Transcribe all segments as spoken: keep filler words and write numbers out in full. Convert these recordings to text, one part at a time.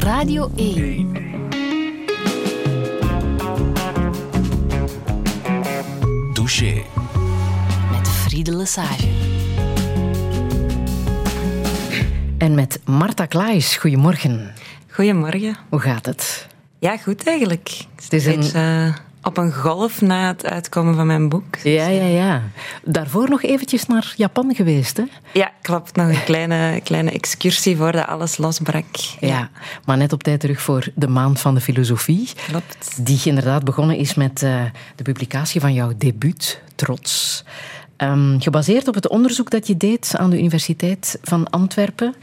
Radio één. Touché. Met Friede Lesage. En met Marta Klaes. Goedemorgen. Goedemorgen. Hoe gaat het? Ja, goed eigenlijk. Het is een... Beetje, uh, op een golf na het uitkomen van mijn boek. Ja, ja, ja. Daarvoor nog eventjes naar Japan geweest, hè? Ja, klopt. Nog een kleine, kleine excursie voordat alles losbrak. Ja. ja, maar net op tijd terug voor de Maand van de Filosofie. Klopt. Die inderdaad begonnen is met uh, de publicatie van jouw debuut, Trots. Um, gebaseerd op het onderzoek dat je deed aan de Universiteit van Antwerpen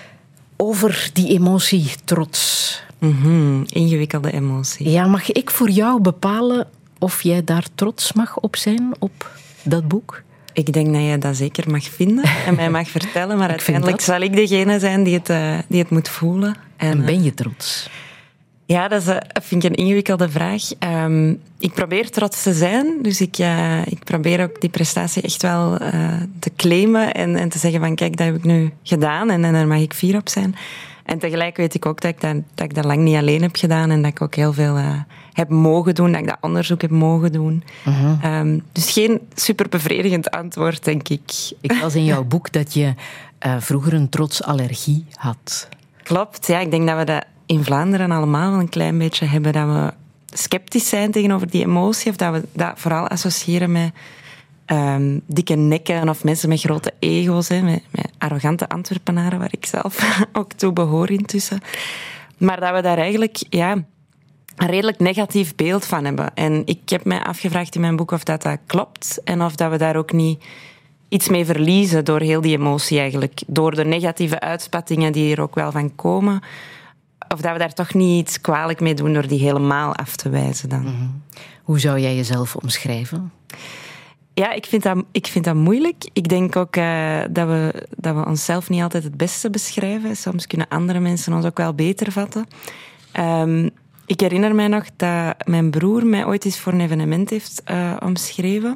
over die emotie trots. Mm-hmm, ingewikkelde emotie. Ja, mag ik voor jou bepalen of jij daar trots mag op zijn, op dat boek? Ik denk dat je dat zeker mag vinden en mij mag vertellen, maar uiteindelijk zal ik degene zijn die het, uh, die het moet voelen. En, en ben je trots? Ja, dat is, uh, vind ik een ingewikkelde vraag. Um, ik probeer trots te zijn, dus ik, uh, ik probeer ook die prestatie echt wel uh, te claimen en, en te zeggen van kijk, dat heb ik nu gedaan en, en daar mag ik fier op zijn. En tegelijk weet ik ook dat ik dat, dat ik dat lang niet alleen heb gedaan en dat ik ook heel veel uh, heb mogen doen, dat ik dat onderzoek heb mogen doen. Uh-huh. Um, dus geen super bevredigend antwoord, denk ik. Ik las in jouw boek dat je uh, vroeger een trotsallergie had. Klopt, ja. Ik denk dat we dat in Vlaanderen allemaal wel een klein beetje hebben, dat we sceptisch zijn tegenover die emotie, of dat we dat vooral associëren met Um, dikke nekken of mensen met grote ego's, hè, met, met arrogante Antwerpenaren, waar ik zelf ook toe behoor intussen. Maar dat we daar eigenlijk ja, een redelijk negatief beeld van hebben. En ik heb mij afgevraagd in mijn boek of dat, dat klopt en of dat we daar ook niet iets mee verliezen door heel die emotie eigenlijk. Door de negatieve uitspattingen die er ook wel van komen. Of dat we daar toch niet iets kwalijk mee doen door die helemaal af te wijzen dan. Mm-hmm. Hoe zou jij jezelf omschrijven? Ja, ik vind, dat, ik vind dat moeilijk. Ik denk ook uh, dat, we, dat we onszelf niet altijd het beste beschrijven. Soms kunnen andere mensen ons ook wel beter vatten. Um, ik herinner mij nog dat mijn broer mij ooit eens voor een evenement heeft uh, omschreven.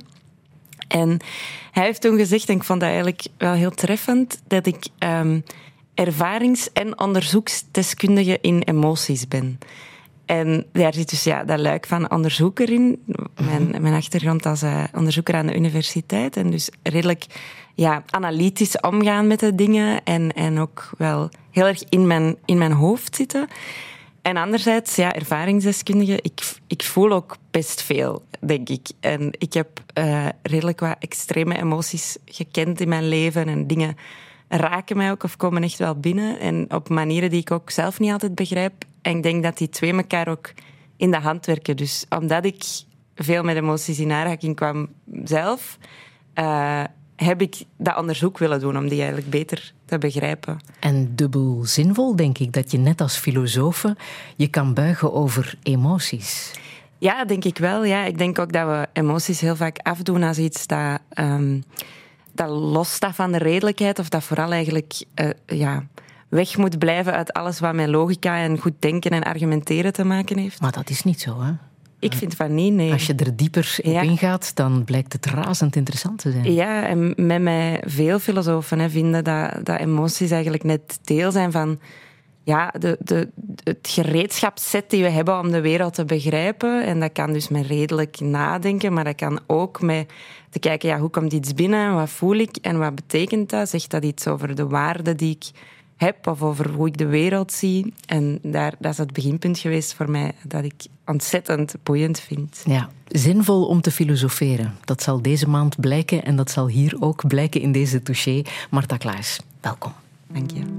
En hij heeft toen gezegd, en ik vond dat eigenlijk wel heel treffend, dat ik um, ervarings- en onderzoeksdeskundige in emoties ben. En daar zit dus ja, dat luik van onderzoeker in. Mijn, mijn achtergrond als uh, onderzoeker aan de universiteit. En dus redelijk ja, analytisch omgaan met de dingen. En, en ook wel heel erg in mijn, in mijn hoofd zitten. En anderzijds, ja, ervaringsdeskundige. Ik, ik voel ook best veel, denk ik. En ik heb uh, redelijk wat extreme emoties gekend in mijn leven. En dingen raken mij ook of komen echt wel binnen. En op manieren die ik ook zelf niet altijd begrijp. En ik denk dat die twee elkaar ook in de hand werken. Dus omdat ik veel met emoties in aanraking kwam zelf, uh, heb ik dat onderzoek willen doen om die eigenlijk beter te begrijpen. En dubbel zinvol, denk ik, dat je net als filosofe je kan buigen over emoties. Ja, denk ik wel. Ja. Ik denk ook dat we emoties heel vaak afdoen als iets dat, um, dat losstaat van de redelijkheid, of dat vooral eigenlijk Uh, ja, weg moet blijven uit alles wat met logica en goed denken en argumenteren te maken heeft. Maar dat is niet zo, hè? Ik vind van niet, nee. Als je er dieper op ja. ingaat, dan blijkt het razend interessant te zijn. Ja, en met mij veel filosofen hè, vinden dat, dat emoties eigenlijk net deel zijn van ja, de, de, het gereedschapsset die we hebben om de wereld te begrijpen. En dat kan dus met redelijk nadenken, maar dat kan ook met te kijken, ja, hoe komt iets binnen, wat voel ik en wat betekent dat? Zegt dat iets over de waarde die ik heb of over hoe ik de wereld zie. En daar, dat is het beginpunt geweest voor mij dat ik ontzettend boeiend vind. Ja, zinvol om te filosoferen. Dat zal deze maand blijken en dat zal hier ook blijken in deze touché. Marta Klaes, welkom. Dank je.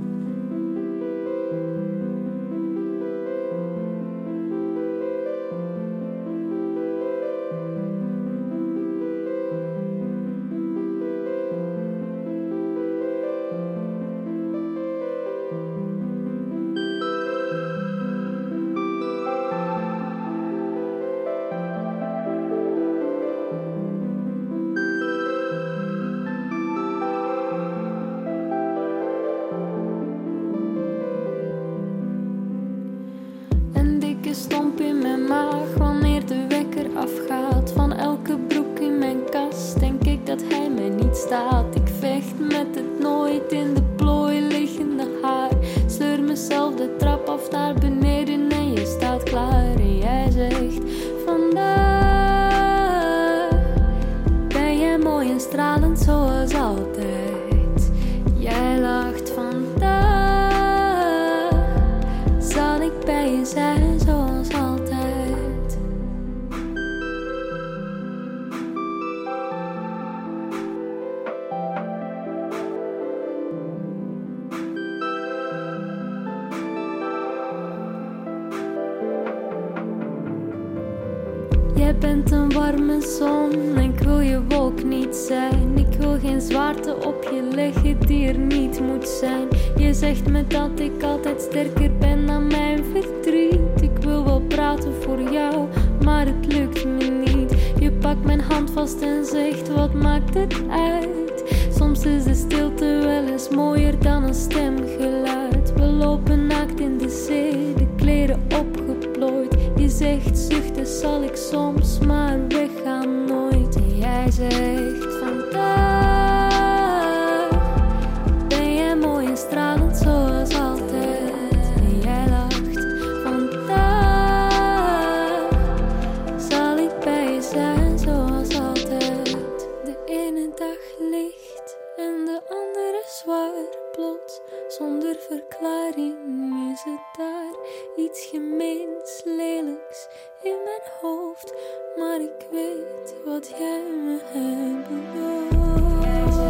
Stomp in mijn maag wanneer de wekker afgaat. Van elke broek in mijn kast denk ik dat hij mij niet staat. Ik vecht met het nooit in de plooi liggende haar. Sleur mezelf de trap af naar beneden. zijn zoals altijd. Jij bent een warme zon en ik wil je wolk niet zijn. Ik wil geen zwaarte op je leggen die er niet moet zijn. Je zegt me dat ik altijd sterker ben dan mijn verdriet. Ik wil wel praten voor jou, maar het lukt me niet. Je pakt mijn hand vast en zegt, wat maakt het uit? Soms is de stilte wel eens mooier dan een stemgeluid. We lopen naakt in de zee, de kleren opgeplooid. Je zegt, zuchten zal ik soms, maar weggaan nooit. En jij zegt, vandaag ben jij mooi en stralend zoals altijd. En jij lacht, vandaag zal ik bij je zijn zoals altijd. De ene dag licht en de andere zwaar. Plots, zonder verklaring is het daar. Iets gemeens, lelijks in mijn hoofd. Maar ik weet wat jij me hebt beloofd.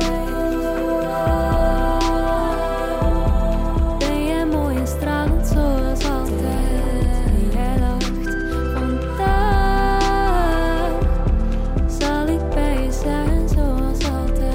Ben jij mooi en stralend zoals altijd. En jij lacht, vandaag zal ik bij je zijn zoals altijd.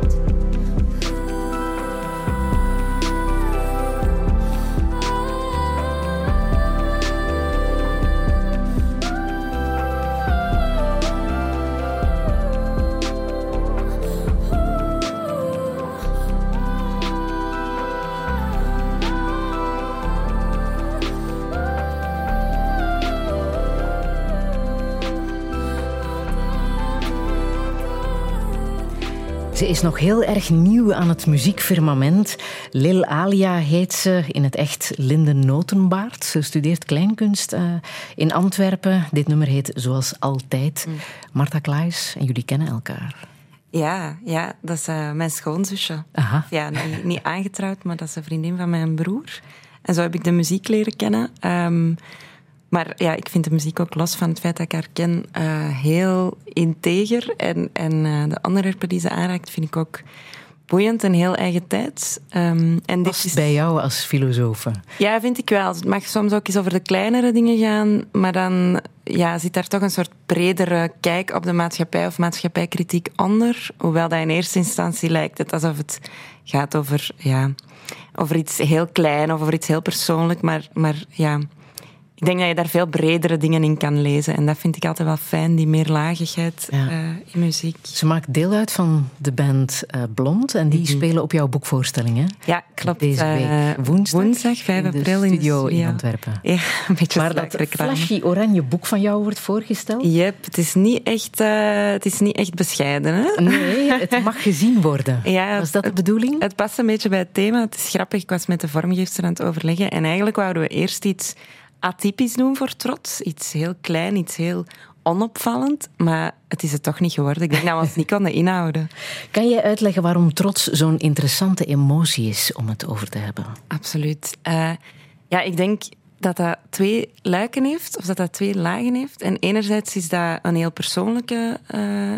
Ze is nog heel erg nieuw aan het muziekfirmament. Lil Alia heet ze, in het echt Linde Notenbaert. Ze studeert kleinkunst uh, in Antwerpen. Dit nummer heet Zoals Altijd. Mm. Marta Klaes, en jullie kennen elkaar. Ja, ja, dat is uh, mijn schoonzusje. Aha. Ja, niet, niet aangetrouwd, maar dat is een vriendin van mijn broer. En zo heb ik de muziek leren kennen. Um, Maar ja, ik vind de muziek ook, los van het feit dat ik haar ken, uh, heel integer. En, en uh, de onderwerpen die ze aanraakt vind ik ook boeiend en heel eigen tijd. Um, en dit is bij jou als filosofe? Ja, vind ik wel. Het mag soms ook eens over de kleinere dingen gaan, maar dan ja, zit daar toch een soort bredere kijk op de maatschappij of maatschappijkritiek onder. Hoewel dat in eerste instantie lijkt het alsof het gaat over, ja, over iets heel klein of over iets heel persoonlijk, maar, maar ja... Ik denk dat je daar veel bredere dingen in kan lezen. En dat vind ik altijd wel fijn, die meerlagigheid ja. uh, in muziek. Ze maakt deel uit van de band uh, Blond. En die mm-hmm. spelen op jouw boekvoorstellingen. Ja, klopt. Deze week uh, woensdag, woensdag vijf april in de studio in, in Antwerpen. Ja, een beetje maar dat reclame. Flashy oranje boek van jou wordt voorgesteld? Yep, het is niet echt, uh, het is niet echt bescheiden. Hè? Nee, het mag gezien worden. Ja, was dat de bedoeling? Het, het past een beetje bij het thema. Het is grappig, ik was met de vormgeefster aan het overleggen. En eigenlijk wouden we eerst iets atypisch doen voor Trots. Iets heel klein, iets heel onopvallend. Maar het is het toch niet geworden. Ik denk dat we ons niet konden inhouden. Kan je uitleggen waarom trots zo'n interessante emotie is om het over te hebben? Absoluut. Uh, ja, ik denk dat dat twee luiken heeft, of dat dat twee lagen heeft. En enerzijds is dat een heel persoonlijke uh,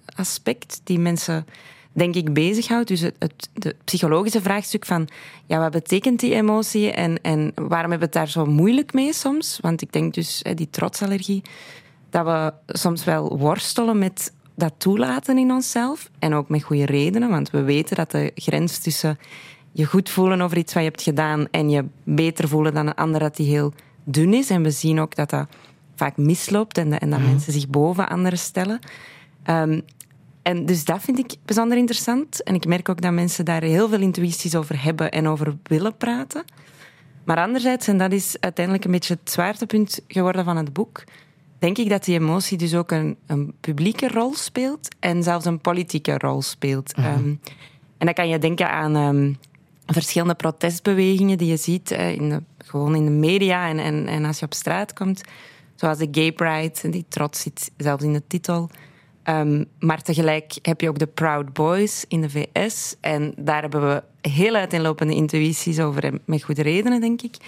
aspect die mensen, denk ik, bezighoudt. Dus het, het de psychologische vraagstuk van, ja, wat betekent die emotie en, en waarom hebben we het daar zo moeilijk mee soms? Want ik denk dus, die trotsallergie, dat we soms wel worstelen met dat toelaten in onszelf. En ook met goede redenen, want we weten dat de grens tussen je goed voelen over iets wat je hebt gedaan en je beter voelen dan een ander, dat die heel dun is. En we zien ook dat dat vaak misloopt en dat, en dat mm. mensen zich boven anderen stellen. Um, en dus dat vind ik bijzonder interessant. En ik merk ook dat mensen daar heel veel intuïties over hebben en over willen praten. Maar anderzijds, en dat is uiteindelijk een beetje het zwaartepunt geworden van het boek, denk ik dat die emotie dus ook een, een publieke rol speelt en zelfs een politieke rol speelt. Mm. Um, en dan kan je denken aan um, verschillende protestbewegingen die je ziet uh, in de, gewoon in de media en, en, en als je op straat komt. Zoals de Gay Pride, die trots zit zelfs in de titel. Um, maar tegelijk heb je ook de Proud Boys in de V S. En daar hebben we heel uiteenlopende intuïties over, met goede redenen, denk ik.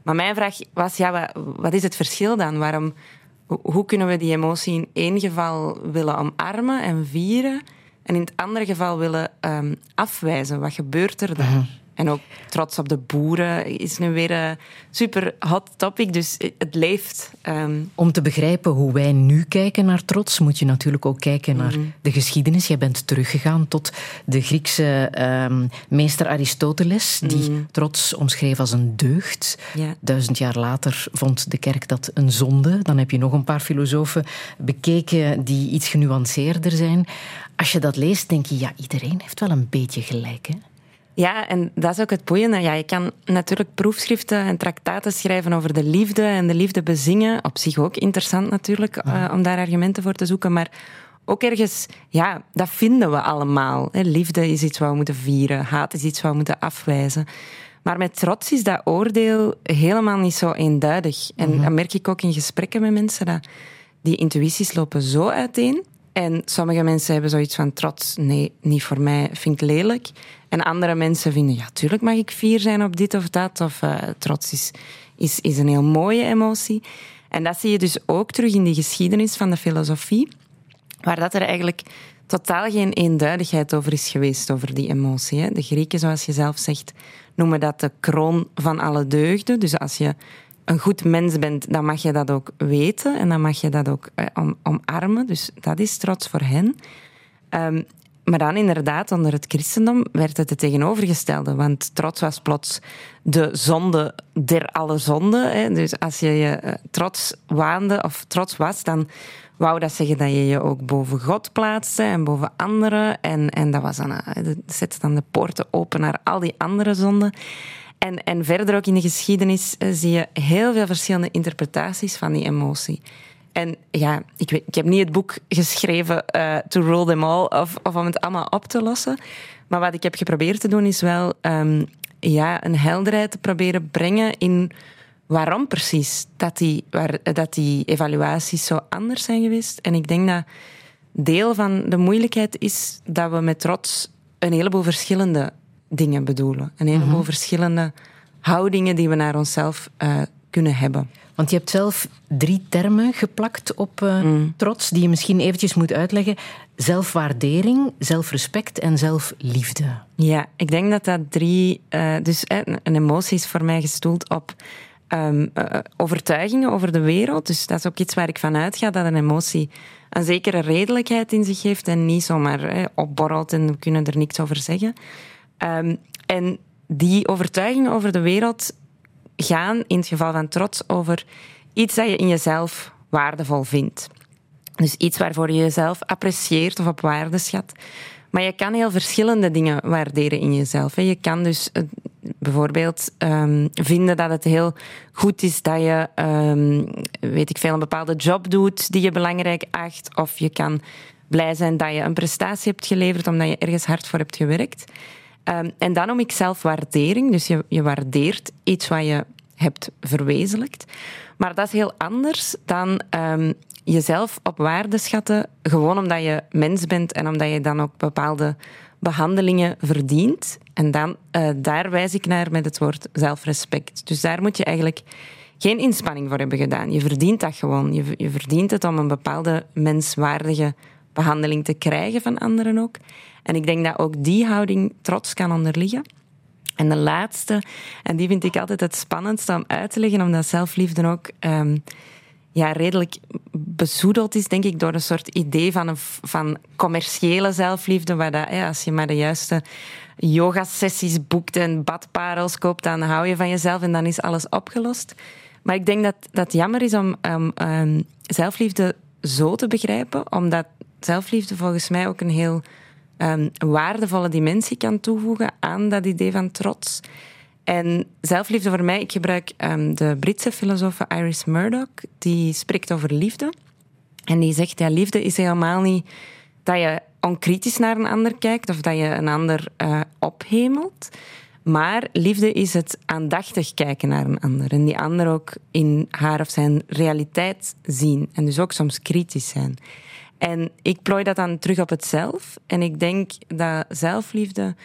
Maar mijn vraag was, ja, wat, wat is het verschil dan? Waarom, hoe kunnen we die emotie in één geval willen omarmen en vieren en in het andere geval willen um, afwijzen? Wat gebeurt er dan? Mm-hmm. En ook trots op de boeren is nu weer een super hot topic, dus het leeft. Um... Om te begrijpen hoe wij nu kijken naar trots, moet je natuurlijk ook kijken naar mm. de geschiedenis. Jij bent teruggegaan tot de Griekse um, meester Aristoteles, die mm. trots omschreef als een deugd. Ja. Duizend jaar later vond de kerk dat een zonde. Dan heb je nog een paar filosofen bekeken die iets genuanceerder zijn. Als je dat leest, denk je, ja, iedereen heeft wel een beetje gelijk, hè? Ja, en dat is ook het boeiende. Ja, je kan natuurlijk proefschriften en traktaten schrijven over de liefde en de liefde bezingen. Op zich ook interessant natuurlijk, uh, om daar argumenten voor te zoeken. Maar ook ergens, ja, dat vinden we allemaal. Hè. Liefde is iets wat we moeten vieren. Haat is iets wat we moeten afwijzen. Maar met trots is dat oordeel helemaal niet zo eenduidig. En mm-hmm. dat merk ik ook in gesprekken met mensen. Dat die intuïties lopen zo uiteen. En sommige mensen hebben zoiets van trots. Nee, niet voor mij, vind ik lelijk. En andere mensen vinden, ja, tuurlijk mag ik fier zijn op dit of dat. Of uh, trots is, is, is een heel mooie emotie. En dat zie je dus ook terug in die geschiedenis van de filosofie. Waar dat er eigenlijk totaal geen eenduidigheid over is geweest, over die emotie. Hè. De Grieken, zoals je zelf zegt, noemen dat de kroon van alle deugden. Dus als je een goed mens bent, dan mag je dat ook weten. En dan mag je dat ook eh, om, omarmen. Dus dat is trots voor hen. Um, maar dan inderdaad, onder het christendom werd het het tegenovergestelde. Want trots was plots de zonde der alle zonden. Hè. Dus als je je uh, trots waande of trots was, dan wou dat zeggen dat je je ook boven God plaatste en boven anderen. En, en dat was dan, uh, dat zette dan de poorten open naar al die andere zonden. En, en verder ook in de geschiedenis uh, zie je heel veel verschillende interpretaties van die emotie. En ja, ik, weet, ik heb niet het boek geschreven uh, to rule them all of, of om het allemaal op te lossen. Maar wat ik heb geprobeerd te doen is wel um, ja, een helderheid te proberen brengen in waarom precies dat die, waar, dat die evaluaties zo anders zijn geweest. En ik denk dat deel van de moeilijkheid is dat we met trots een heleboel verschillende dingen bedoelen. Een heleboel mm-hmm. verschillende houdingen die we naar onszelf uh, kunnen hebben. Want je hebt zelf drie termen geplakt op uh, mm. trots, die je misschien eventjes moet uitleggen. Zelfwaardering, zelfrespect en zelfliefde. Ja, ik denk dat dat drie... Uh, dus uh, een emotie is voor mij gestoeld op um, uh, overtuigingen over de wereld. Dus dat is ook iets waar ik van uitga, dat een emotie een zekere redelijkheid in zich heeft en niet zomaar uh, opborrelt en we kunnen er niks over zeggen. Um, en die overtuigingen over de wereld gaan in het geval van trots over iets dat je in jezelf waardevol vindt. Dus iets waarvoor je jezelf apprecieert of op waarde schat. Maar je kan heel verschillende dingen waarderen in jezelf. Je kan dus bijvoorbeeld um, vinden dat het heel goed is dat je, um, weet ik veel, een bepaalde job doet die je belangrijk acht. Of je kan blij zijn dat je een prestatie hebt geleverd omdat je ergens hard voor hebt gewerkt. Um, en dan noem ik zelfwaardering. Dus je, je waardeert iets wat je hebt verwezenlijkt. Maar dat is heel anders dan um, jezelf op waarde schatten, gewoon omdat je mens bent en omdat je dan ook bepaalde behandelingen verdient. En dan, uh, daar wijs ik naar met het woord zelfrespect. Dus daar moet je eigenlijk geen inspanning voor hebben gedaan. Je verdient dat gewoon. Je, je verdient het om een bepaalde menswaardige behandeling te krijgen van anderen ook. En ik denk dat ook die houding trots kan onderliggen. En de laatste, en die vind ik altijd het spannendste om uit te leggen, omdat zelfliefde ook um, ja, redelijk bezoedeld is, denk ik, door een soort idee van, een, van commerciële zelfliefde, waar dat, ja, als je maar de juiste yogasessies boekt en badparels koopt, dan hou je van jezelf en dan is alles opgelost. Maar ik denk dat dat jammer is om um, um, zelfliefde zo te begrijpen, omdat zelfliefde volgens mij ook een heel um, waardevolle dimensie kan toevoegen aan dat idee van trots. En zelfliefde voor mij, ik gebruik um, de Britse filosoof Iris Murdoch, die spreekt over liefde. En die zegt, ja, liefde is helemaal niet dat je onkritisch naar een ander kijkt of dat je een ander uh, ophemelt. Maar liefde is het aandachtig kijken naar een ander. En die ander ook in haar of zijn realiteit zien. En dus ook soms kritisch zijn. En ik plooi dat dan terug op het zelf. En ik denk dat zelfliefde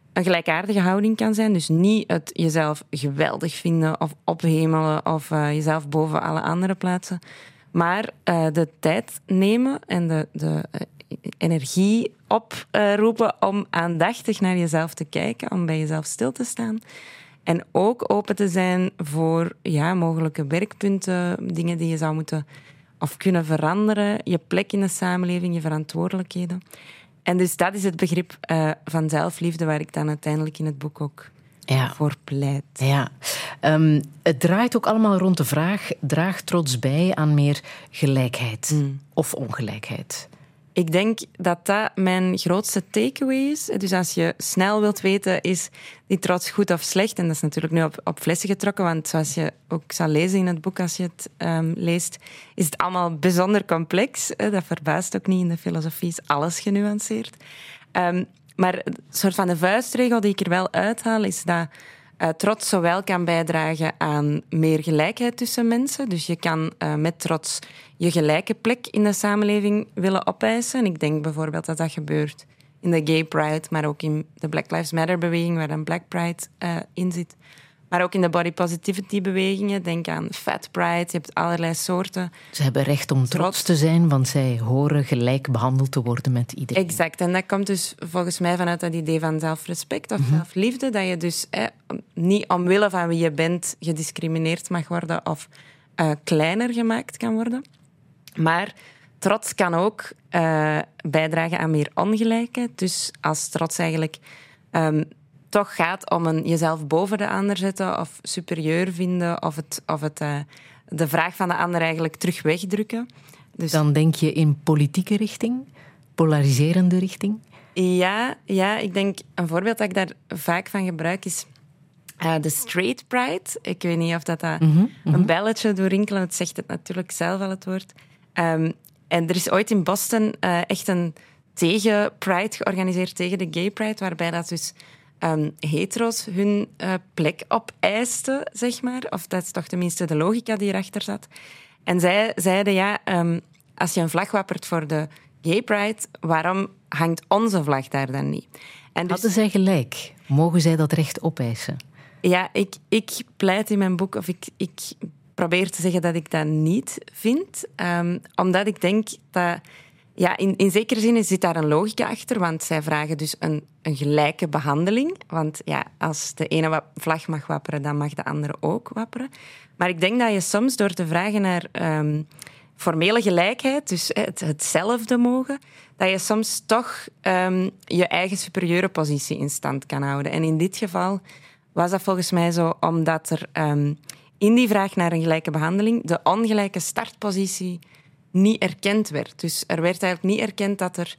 een gelijkaardige houding kan zijn. Dus niet het jezelf geweldig vinden of ophemelen of uh, jezelf boven alle anderen plaatsen. Maar uh, de tijd nemen en de, de uh, energie oproepen uh, om aandachtig naar jezelf te kijken, om bij jezelf stil te staan. En ook open te zijn voor ja, mogelijke werkpunten, dingen die je zou moeten of kunnen veranderen, je plek in de samenleving, je verantwoordelijkheden. En dus dat is het begrip uh, van zelfliefde waar ik dan uiteindelijk in het boek ook ja. voor pleit. Ja. Um, het draait ook allemaal rond de vraag, draagt trots bij aan meer gelijkheid mm. of ongelijkheid? Ik denk dat dat mijn grootste takeaway is. Dus als je snel wilt weten, is die trots goed of slecht? En dat is natuurlijk nu op, op flessen getrokken, want zoals je ook zal lezen in het boek als je het um, leest, is het allemaal bijzonder complex. Dat verbaast ook niet. In de filosofie is alles genuanceerd. Um, maar een soort van de vuistregel die ik er wel uithaal, is dat uh, trots zowel kan bijdragen aan meer gelijkheid tussen mensen. Dus je kan uh, met trots je gelijke plek in de samenleving willen opeisen. En ik denk bijvoorbeeld dat dat gebeurt in de Gay Pride, maar ook in de Black Lives Matter-beweging, waar dan Black Pride uh, in zit. Maar ook in de body positivity-bewegingen. Denk aan Fat Pride, je hebt allerlei soorten. Ze hebben recht om trots te zijn, want zij horen gelijk behandeld te worden met iedereen. Exact, en dat komt dus volgens mij vanuit dat idee van zelfrespect of mm-hmm. zelfliefde, dat je dus eh, niet omwille van wie je bent gediscrimineerd mag worden of uh, kleiner gemaakt kan worden. Maar trots kan ook uh, bijdragen aan meer ongelijkheid. Dus als trots eigenlijk um, toch gaat om een jezelf boven de ander zetten of superieur vinden of, het, of het, uh, de vraag van de ander eigenlijk terug wegdrukken. Dus dan denk je in politieke richting, polariserende richting? Ja, ja, ik denk een voorbeeld dat ik daar vaak van gebruik is uh, de straight pride. Ik weet niet of dat, dat mm-hmm, mm-hmm. een belletje doet rinkelen. Het zegt het natuurlijk zelf al, het woord. Um, en er is ooit in Boston uh, echt een tegen-pride georganiseerd, tegen de gay pride, waarbij dat dus um, hetero's hun uh, plek opeisten, zeg maar. Of dat is toch tenminste de logica die erachter zat. En zij zeiden, ja, um, als je een vlag wappert voor de gay pride, waarom hangt onze vlag daar dan niet? En dus, hadden zij gelijk? Mogen zij dat recht opeisen? Ja, ik, ik pleit in mijn boek, of ik... ik probeer te zeggen dat ik dat niet vind. Um, omdat ik denk dat... Ja, in, in zekere zin zit daar een logica achter, want zij vragen dus een, een gelijke behandeling. Want ja, als de ene vlag mag wapperen, dan mag de andere ook wapperen. Maar ik denk dat je soms door te vragen naar um, formele gelijkheid, dus het, hetzelfde mogen, dat je soms toch um, je eigen superieure positie in stand kan houden. En in dit geval was dat volgens mij zo, omdat er... Um, in die vraag naar een gelijke behandeling de ongelijke startpositie niet erkend werd. Dus er werd eigenlijk niet erkend dat er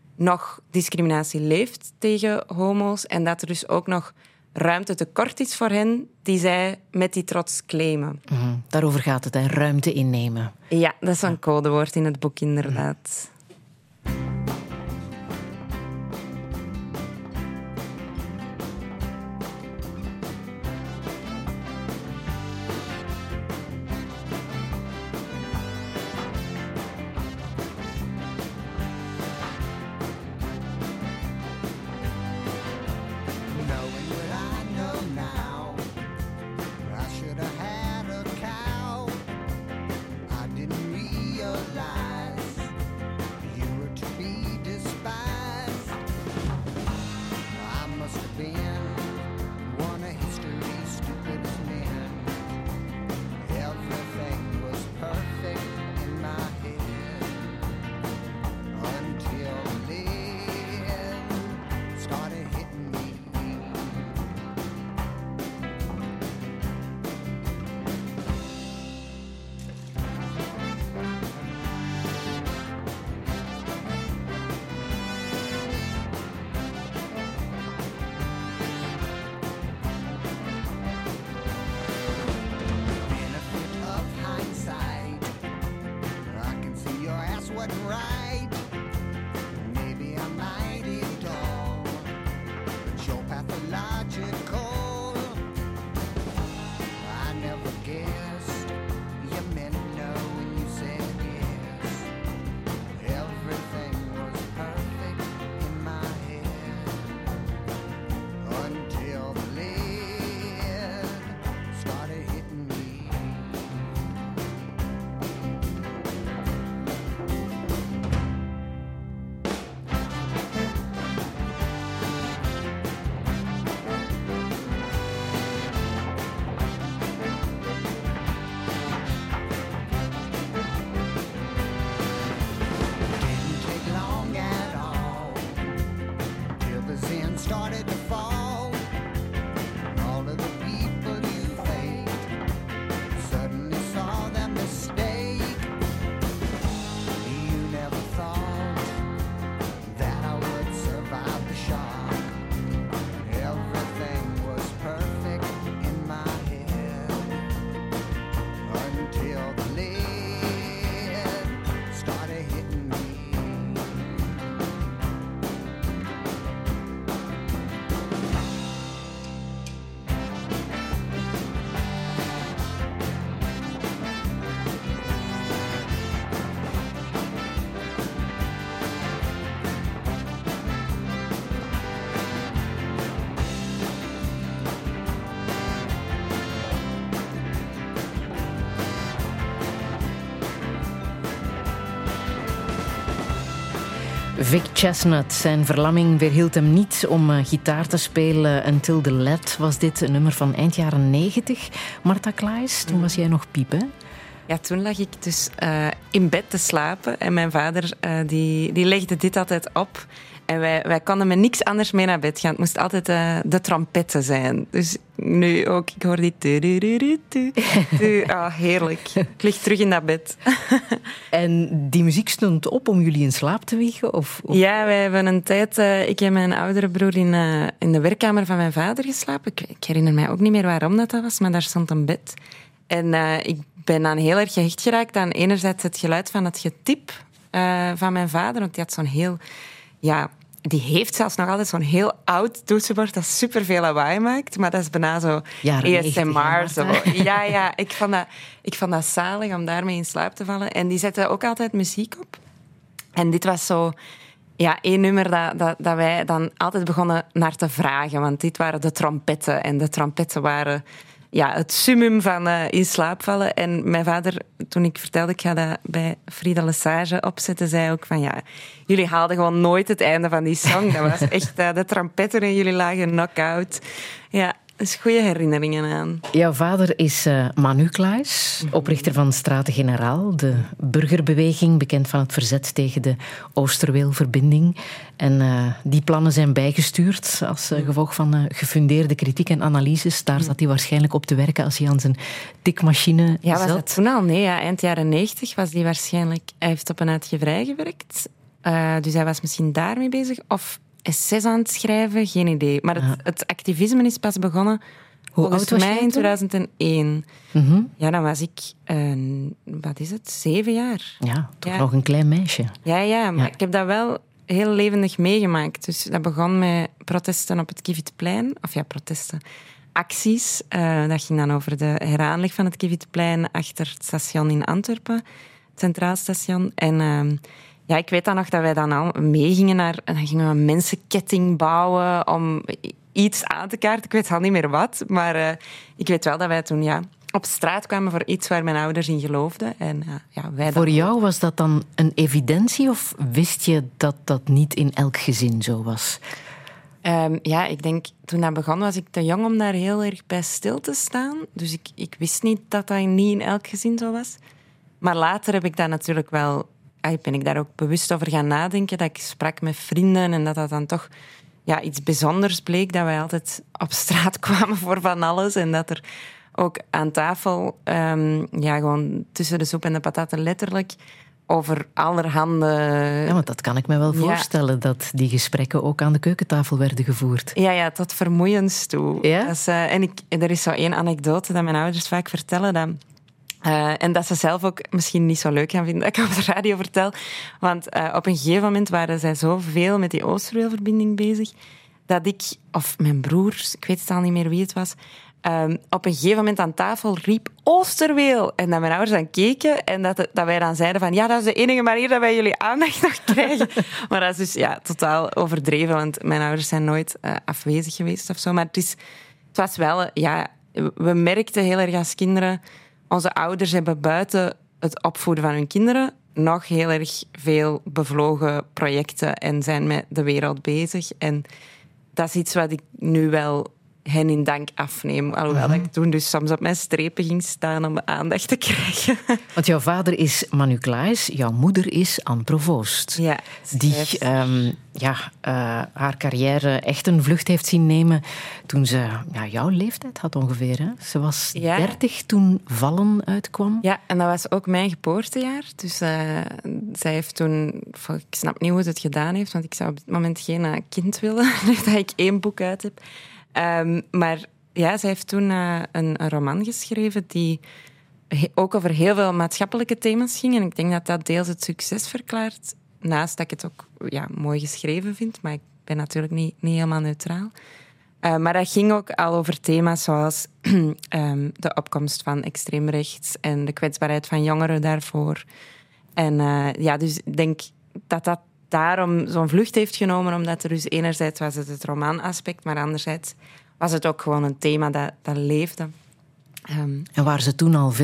nog discriminatie leeft tegen homo's en dat er dus ook nog ruimte tekort is voor hen die zij met die trots claimen. Mm, daarover gaat het, hè? Ruimte innemen. Ja, dat is een codewoord in het boek, inderdaad. Vic Chestnut, zijn verlamming weerhield hem niet om uh, gitaar te spelen. Until the Lead was dit, een nummer van eind jaren negentig. Marta Klaes, toen was jij nog piep, hè? Ja, toen lag ik dus uh, in bed te slapen en mijn vader uh, die, die legde dit altijd op. En wij, wij konden met niks anders mee naar bed gaan. Het moest altijd uh, de trompetten zijn. Dus nu ook, ik hoor die... Tu, tu, tu, tu, tu. Oh, heerlijk. Ik lig terug in dat bed. En die muziek stond op om jullie in slaap te wiegen? Of, of... Ja, wij hebben een tijd... Uh, ik en mijn oudere broer in, uh, in de werkkamer van mijn vader geslapen. Ik, ik herinner mij ook niet meer waarom dat, dat was, maar daar stond een bed. En uh, ik ben dan heel erg gehecht geraakt aan enerzijds het geluid van het getip uh, van mijn vader. Want die had zo'n heel... Ja, die heeft zelfs nog altijd zo'n heel oud toetsenbord dat superveel lawaai maakt. Maar dat is bijna zo Jaren A S M R. Zo. Ja, ja, ik vond, dat, ik vond dat zalig om daarmee in slaap te vallen. En die zette ook altijd muziek op. En dit was zo... Ja, één nummer dat, dat, dat wij dan altijd begonnen naar te vragen. Want dit waren de trompetten. En de trompetten waren... Ja, het summum van uh, in slaap vallen. En mijn vader, toen ik vertelde, ik ga dat bij Frida Lesage opzetten, zei ook van ja, jullie haalden gewoon nooit het einde van die song. Dat was echt uh, de trompetten en jullie lagen knock-out. Ja, dus goede herinneringen aan. Jouw vader is uh, Manu Klaes, oprichter van Straten-Generaal, de burgerbeweging, bekend van het verzet tegen de Oosterweelverbinding. En uh, die plannen zijn bijgestuurd als uh, gevolg van uh, gefundeerde kritiek en analyses. Daar zat hij waarschijnlijk op te werken als hij aan zijn tikmachine ja, zat. Was dat toen al? Nee, ja, eind jaren negentig was hij waarschijnlijk... Hij heeft op een uitgeverij gewerkt, uh, dus hij was misschien daarmee bezig. Of essays aan het schrijven, geen idee. Maar het, Ja. het activisme is pas begonnen... Hoe Volgens oud was mij jij in toen? tweeduizend één. Mm-hmm. Ja, dan was ik, uh, wat is het, zeven jaar. Ja, toch Ja. nog een klein meisje. Ja, ja, maar Ja. ik heb dat wel heel levendig meegemaakt. Dus dat begon met protesten op het Kivitplein. Of ja, protesten. Acties. Uh, dat ging dan over de heraanleg van het Kivitplein achter het station in Antwerpen. Het Centraal Station. En... Uh, Ja, ik weet dan nog dat wij dan al meegingen naar... En dan gingen we een mensenketting bouwen om iets aan te kaarten. Ik weet al niet meer wat. Maar uh, ik weet wel dat wij toen ja, op straat kwamen voor iets waar mijn ouders in geloofden. En, uh, ja, wij Voor dan... jou was dat dan een evidentie of wist je dat dat niet in elk gezin zo was? Um, ja, ik denk, toen dat begon was ik te jong om daar heel erg bij stil te staan. Dus ik, ik wist niet dat dat niet in elk gezin zo was. Maar later heb ik dat natuurlijk wel... ben ik daar ook bewust over gaan nadenken. Dat ik sprak met vrienden en dat dat dan toch ja, iets bijzonders bleek. Dat wij altijd op straat kwamen voor van alles. En dat er ook aan tafel, um, ja, gewoon tussen de soep en de pataten letterlijk, over allerhande... Ja, want dat kan ik me wel Ja. voorstellen, dat die gesprekken ook aan de keukentafel werden gevoerd. Ja, ja, tot vermoeiens toe. Ja? Dat is, uh, en ik, er is zo één anekdote dat mijn ouders vaak vertellen, dat... Uh, en dat ze zelf ook misschien niet zo leuk gaan vinden dat ik op de radio vertel. Want uh, op een gegeven moment waren zij zoveel met die Oosterweelverbinding bezig, dat ik, of mijn broers, ik weet het al niet meer wie het was, um, op een gegeven moment aan tafel riep Oosterweel. En dat mijn ouders dan keken en dat, dat wij dan zeiden van ja, dat is de enige manier dat wij jullie aandacht nog krijgen. Maar dat is dus ja, totaal overdreven, want mijn ouders zijn nooit uh, afwezig geweest of zo. Maar het, is, het was wel, uh, ja, we merkten heel erg als kinderen... Onze ouders hebben buiten het opvoeden van hun kinderen nog heel erg veel bevlogen projecten en zijn met de wereld bezig. En dat is iets wat ik nu wel hen in dank afneem. Alhoewel Mm-hmm. ik toen dus soms op mijn strepen ging staan om aandacht te krijgen. Want jouw vader is Manu Klaes, jouw moeder is Anne Provoost. Ja, Die schrijft. um, ja, uh, haar carrière echt een vlucht heeft zien nemen toen ze ja, jouw leeftijd had ongeveer. Hè? Ze was Ja. dertig toen Vallen uitkwam. Ja, en dat was ook mijn geboortejaar. Dus uh, zij heeft toen... Ik snap niet hoe ze het gedaan heeft, want ik zou op dit moment geen uh, kind willen, nu dat ik één boek uit heb. Um, maar ja, zij heeft toen uh, een, een roman geschreven die he- ook over heel veel maatschappelijke thema's ging. En ik denk dat dat deels het succes verklaart. Naast dat ik het ook ja, mooi geschreven vind, maar ik ben natuurlijk niet, niet helemaal neutraal. Uh, maar dat ging ook al over thema's zoals um, de opkomst van extreem rechts en de kwetsbaarheid van jongeren daarvoor. En uh, ja, dus ik denk dat dat daarom zo'n vlucht heeft genomen, omdat er dus enerzijds was het het romaanaspect, maar anderzijds was het ook gewoon een thema dat, dat leefde. Um, En waar ze toen al veel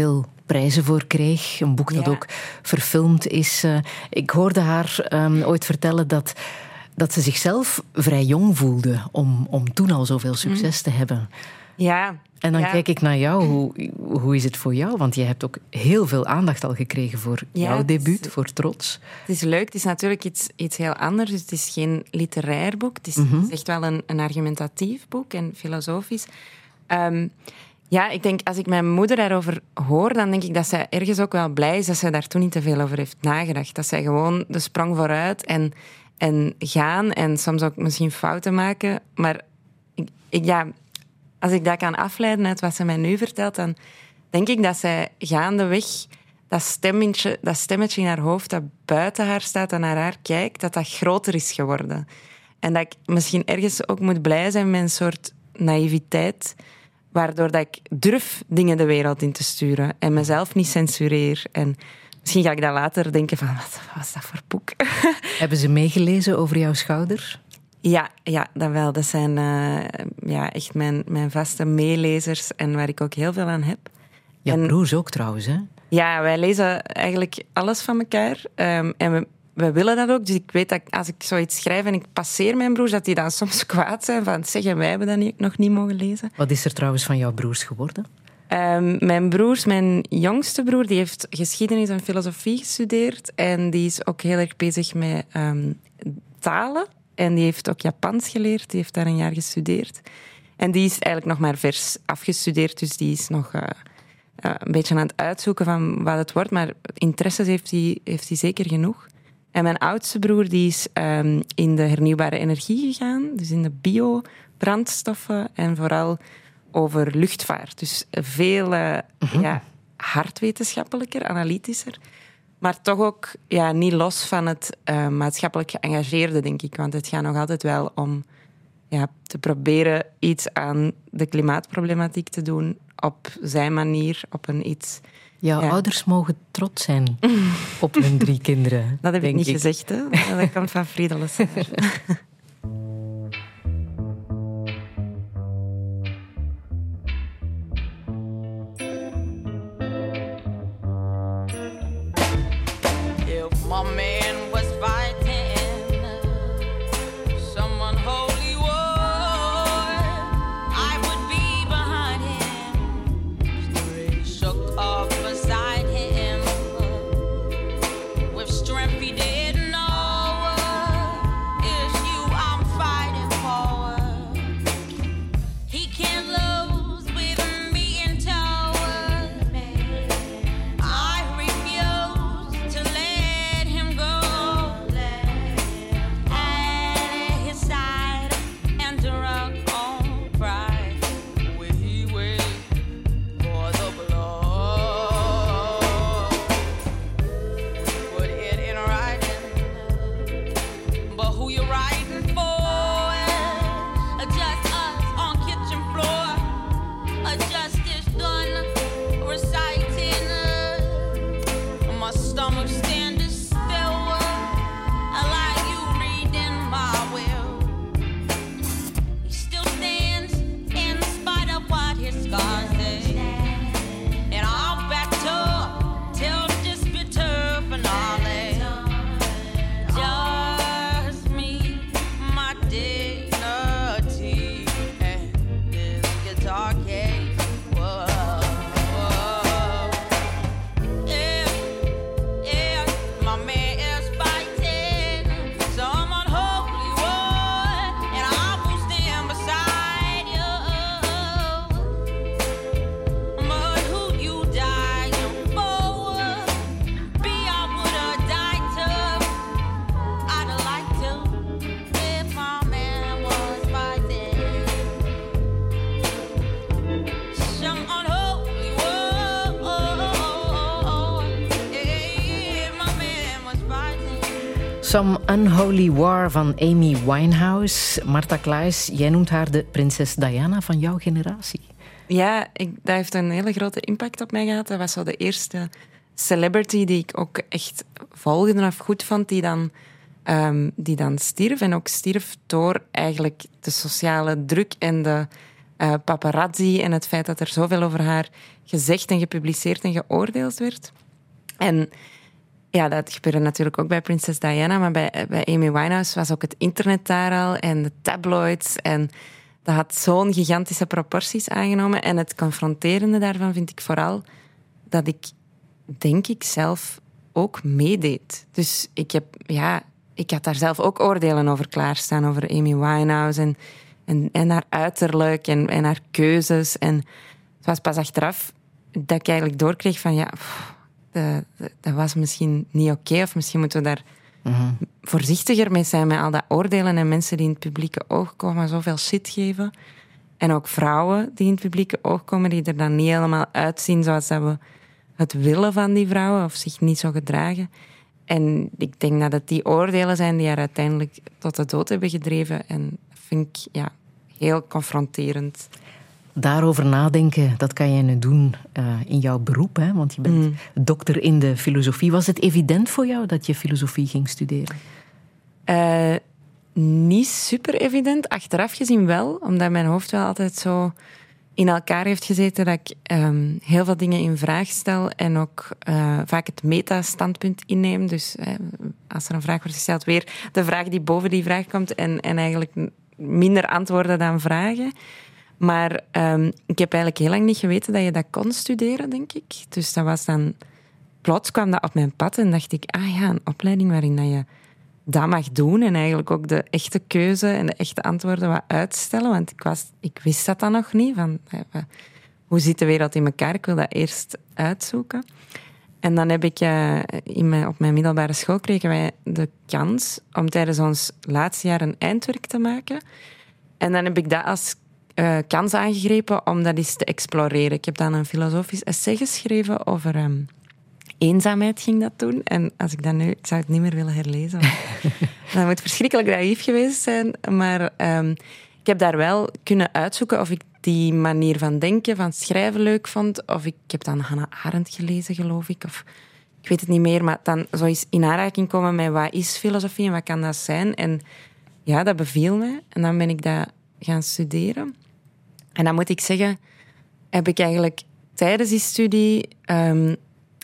prijzen voor kreeg. Een boek dat Ja. ook verfilmd is. Uh, ik hoorde haar um, ooit vertellen dat, dat ze zichzelf vrij jong voelde om, om toen al zoveel succes mm. te hebben. Ja. En dan ja. kijk ik naar jou. Hoe, hoe is het voor jou? Want je hebt ook heel veel aandacht al gekregen voor ja, jouw debuut, is, voor Trots. Het is leuk. Het is natuurlijk iets, iets heel anders. Dus het is geen literair boek. Het is, Mm-hmm. het is echt wel een, een argumentatief boek en filosofisch. Um, ja, ik denk, als ik mijn moeder daarover hoor, dan denk ik dat zij ergens ook wel blij is dat zij daar toen niet te veel over heeft nagedacht. Dat zij gewoon de sprong vooruit en, en gaan en soms ook misschien fouten maken. Maar ik, ik, ja, als ik dat kan afleiden uit wat ze mij nu vertelt, dan denk ik dat zij gaandeweg dat stemmetje, dat stemmetje in haar hoofd dat buiten haar staat en naar haar kijkt, dat dat groter is geworden. En dat ik misschien ergens ook moet blij zijn met een soort naïviteit, waardoor dat ik durf dingen de wereld in te sturen en mezelf niet censureer. En misschien ga ik dat later denken van, wat was dat voor boek? Hebben ze meegelezen over jouw schouder? Ja, ja, dat wel. Dat zijn uh, ja, echt mijn, mijn vaste meelezers en waar ik ook heel veel aan heb. Ja, en, broers ook trouwens, hè? Ja, wij lezen eigenlijk alles van elkaar. Um, en we, we willen dat ook. Dus ik weet dat als ik zoiets schrijf en ik passeer mijn broers, dat die dan soms kwaad zijn van, zeggen wij hebben dat niet, nog niet mogen lezen. Wat is er trouwens van jouw broers geworden? Um, mijn broers, mijn jongste broer, die heeft geschiedenis en filosofie gestudeerd. En die is ook heel erg bezig met um, talen. En die heeft ook Japans geleerd. Die heeft daar een jaar gestudeerd. En die is eigenlijk nog maar vers afgestudeerd. Dus die is nog uh, uh, een beetje aan het uitzoeken van wat het wordt. Maar interesses heeft hij, heeft hij zeker genoeg. En mijn oudste broer die is um, in de hernieuwbare energie gegaan. Dus in de biobrandstoffen. En vooral over luchtvaart. Dus veel uh, mm-hmm. ja, hardwetenschappelijker, analytischer. Maar toch ook ja, niet los van het uh, maatschappelijk geëngageerde, denk ik. Want het gaat nog altijd wel om ja, te proberen iets aan de klimaatproblematiek te doen op zijn manier, op een iets... Jouw ja. ouders mogen trots zijn op hun drie kinderen. Dat heb ik niet ik. gezegd, hè. Dat komt van Friede Lesage. My man was fighting someone holy war, I would be behind him, straight shook up beside him, with strength he didn't know. It's you I'm fighting for. He can't lose with me in tow. I refuse to let him go. At his side and drunk on pride, where he wait for the blow. Put it in writing, but who you writing for? Just us on kitchen floor, a justice done reciting. My stomach standing still, like you reading my will. He still stands in spite of what his scars say, and I'll back up till this bitter finale. Just me, my dignity, and this guitar case. Whoa, whoa. Yeah, yeah, my man is fighting some unholy war, and I will stand beside you. But who you dying for? Be I would have died to. I'd have liked to if my man was fighting some unholy war. Yeah, my man was fighting. Some Unholy War van Amy Winehouse. Marta Klaes, jij noemt haar de prinses Diana van jouw generatie. Ja, ik, dat heeft een hele grote impact op mij gehad. Dat was zo de eerste celebrity die ik ook echt volgde of goed vond, die dan, um, die dan stierf. En ook stierf door eigenlijk de sociale druk en de, uh, paparazzi en het feit dat er zoveel over haar gezegd en gepubliceerd en geoordeeld werd. En ja, dat gebeurde natuurlijk ook bij prinses Diana, maar bij, bij Amy Winehouse was ook het internet daar al en de tabloids en dat had zo'n gigantische proporties aangenomen. En het confronterende daarvan vind ik vooral dat ik, denk ik, zelf ook meedeed. Dus ik heb, ja, ik had daar zelf ook oordelen over klaarstaan, over Amy Winehouse en, en, en haar uiterlijk en, en haar keuzes. En het was pas achteraf dat ik eigenlijk doorkreeg van, ja, pff, dat, dat was misschien niet oké, okay, of misschien moeten we daar mm-hmm. voorzichtiger mee zijn met al dat oordelen en mensen die in het publieke oog komen zoveel shit geven. En ook vrouwen die in het publieke oog komen, die er dan niet helemaal uitzien zoals dat we het willen van die vrouwen, of zich niet zo gedragen. En ik denk dat het die oordelen zijn die haar uiteindelijk tot de dood hebben gedreven. En dat vind ik ja, heel confronterend. Daarover nadenken, dat kan jij nu doen uh, in jouw beroep, hè? Want je bent mm. dokter in de filosofie. Was het evident voor jou dat je filosofie ging studeren? Uh, niet super evident. Achteraf gezien wel, omdat mijn hoofd wel altijd zo in elkaar heeft gezeten dat ik um, heel veel dingen in vraag stel en ook uh, vaak het meta-standpunt inneem. Dus uh, als er een vraag wordt gesteld, weer de vraag die boven die vraag komt en, en eigenlijk minder antwoorden dan vragen. Maar um, ik heb eigenlijk heel lang niet geweten dat je dat kon studeren, denk ik. Dus dat was dan... Plots kwam dat op mijn pad en dacht ik, ah ja, een opleiding waarin dat je dat mag doen en eigenlijk ook de echte keuze en de echte antwoorden wat uitstellen. Want ik, was, ik wist dat dan nog niet. Van, hoe zit de wereld in elkaar? Ik wil dat eerst uitzoeken. En dan heb ik uh, in mijn, op mijn middelbare school kregen wij de kans om tijdens ons laatste jaar een eindwerk te maken. En dan heb ik dat als uh, kans aangegrepen om dat eens te exploreren. Ik heb dan een filosofisch essay geschreven over... Um, eenzaamheid ging dat doen. En als ik dat nu... Ik zou het niet meer willen herlezen. Dat moet verschrikkelijk naïef geweest zijn. Maar um, ik heb daar wel kunnen uitzoeken of ik die manier van denken, van schrijven leuk vond. Of ik, ik heb dan Hannah Arendt gelezen, geloof ik. Of ik weet het niet meer. Maar dan zo eens in aanraking komen met wat is filosofie en wat kan dat zijn. En ja, dat beviel me. En dan ben ik dat gaan studeren. En dan moet ik zeggen, heb ik eigenlijk tijdens die studie... Um,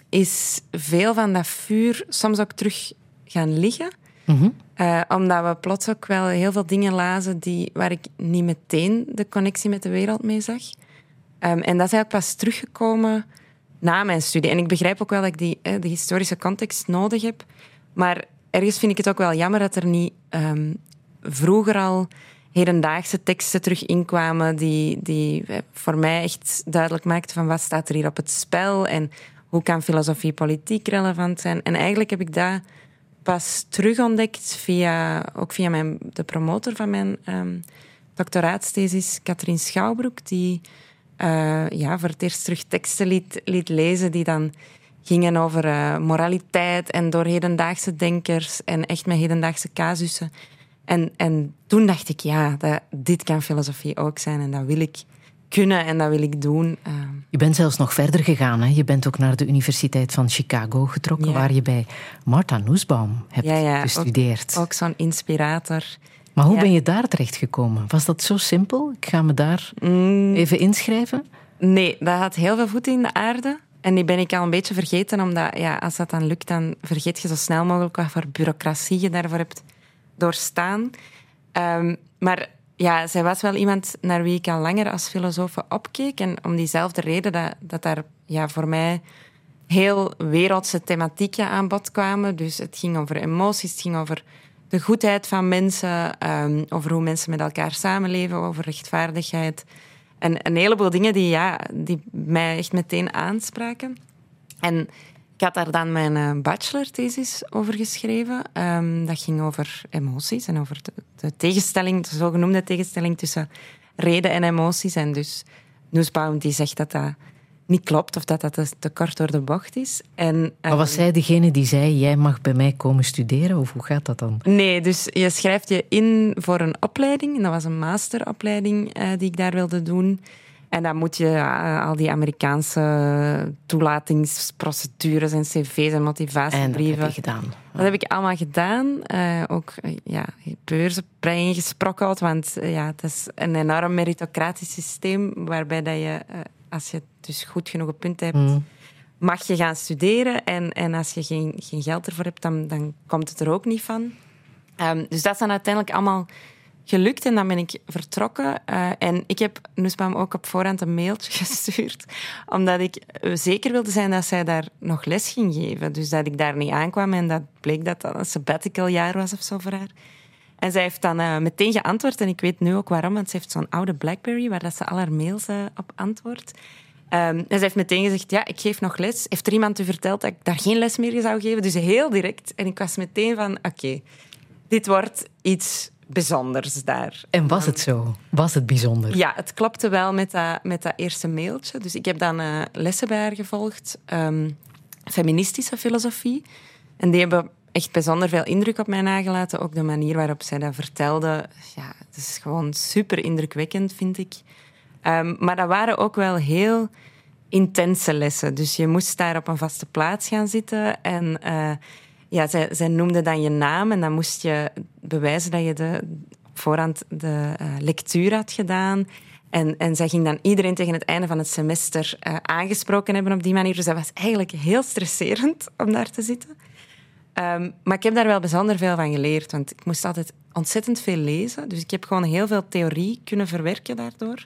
is veel van dat vuur soms ook terug gaan liggen. Mm-hmm. Uh, omdat we plots ook wel heel veel dingen lazen die, waar ik niet meteen de connectie met de wereld mee zag. Um, en dat is eigenlijk pas teruggekomen na mijn studie. En ik begrijp ook wel dat ik die, eh, de historische context nodig heb. Maar ergens vind ik het ook wel jammer dat er niet um, vroeger al hedendaagse teksten terug inkwamen die, die voor mij echt duidelijk maakten van wat staat er hier op het spel en hoe kan filosofie politiek relevant zijn? En eigenlijk heb ik dat pas terugontdekt via, ook via mijn, de promotor van mijn um, doctoraatsthesis, Katrien Schouwbroek, die uh, ja, voor het eerst terug teksten liet, liet lezen die dan gingen over uh, moraliteit en door hedendaagse denkers en echt met hedendaagse casussen. En, en toen dacht ik, ja, dat, dit kan filosofie ook zijn en dat wil ik kunnen en dat wil ik doen. Je bent zelfs nog verder gegaan. Hè? Je bent ook naar de Universiteit van Chicago getrokken, ja. waar je bij Martha Nussbaum hebt ja, ja, gestudeerd. Ook, ook zo'n inspirator. Maar hoe ja. ben je daar terechtgekomen? Was dat zo simpel? Ik ga me daar mm. even inschrijven? Nee, dat had heel veel voeten in de aarde. En die ben ik al een beetje vergeten, omdat ja, als dat dan lukt, dan vergeet je zo snel mogelijk wat voor bureaucratie je daarvoor hebt doorstaan. Um, maar... Ja, zij was wel iemand naar wie ik al langer als filosoof opkeek. En om diezelfde reden dat, dat daar ja, voor mij heel wereldse thematieken aan bod kwamen. Dus het ging over emoties, het ging over de goedheid van mensen, um, over hoe mensen met elkaar samenleven, over rechtvaardigheid. En een heleboel dingen die, ja, die mij echt meteen aanspraken. En ik had daar dan mijn uh, bachelorthesis over geschreven. Um, dat ging over emoties en over de, de tegenstelling, de zogenoemde tegenstelling tussen reden en emoties. En dus Nussbaum die zegt dat dat niet klopt of dat dat te, te kort door de bocht is. En, um, maar was zij degene die zei, jij mag bij mij komen studeren? Of hoe gaat dat dan? Nee, dus je schrijft je in voor een opleiding. En dat was een masteropleiding uh, die ik daar wilde doen. En dan moet je uh, al die Amerikaanse toelatingsprocedures en cv's en motivatiebrieven... En dat heb je gedaan. Dat heb ik allemaal gedaan. Uh, ook uh, ja, beurzenprijs ingesprokken had, want uh, ja, het is een enorm meritocratisch systeem waarbij dat je, uh, als je dus goed genoeg punten hebt, mm. mag je gaan studeren. En, en als je geen, geen geld ervoor hebt, dan, dan komt het er ook niet van. Um, dus dat is dan uiteindelijk allemaal gelukt en dan ben ik vertrokken. Uh, en ik heb Nussbaum ook op voorhand een mailtje gestuurd, omdat ik zeker wilde zijn dat zij daar nog les ging geven. Dus dat ik daar niet aankwam en dat bleek dat dat een sabbatical jaar was of zo voor haar. En zij heeft dan uh, meteen geantwoord en ik weet nu ook waarom, want ze heeft zo'n oude BlackBerry waar dat ze al haar mails uh, op antwoordt. Um, en ze heeft meteen gezegd, ja, ik geef nog les. Heeft er iemand u verteld dat ik daar geen les meer zou geven? Dus heel direct. En ik was meteen van, oké, okay, dit wordt iets bijzonders daar. En was het zo? Was het bijzonder? Ja, het klopte wel met dat, met dat eerste mailtje. Dus ik heb dan uh, lessen bij haar gevolgd. Um, feministische filosofie. En die hebben echt bijzonder veel indruk op mij nagelaten. Ook de manier waarop zij dat vertelde. Ja, het is gewoon super indrukwekkend, vind ik. Um, maar dat waren ook wel heel intense lessen. Dus je moest daar op een vaste plaats gaan zitten. En uh, ja, zij, zij noemde dan je naam. En dan moest je bewijzen dat je de, op voorhand de uh, lectuur had gedaan. En, en zij ging dan iedereen tegen het einde van het semester uh, aangesproken hebben op die manier. Dus dat was eigenlijk heel stresserend om daar te zitten. Um, maar ik heb daar wel bijzonder veel van geleerd. Want ik moest altijd ontzettend veel lezen. Dus ik heb gewoon heel veel theorie kunnen verwerken daardoor.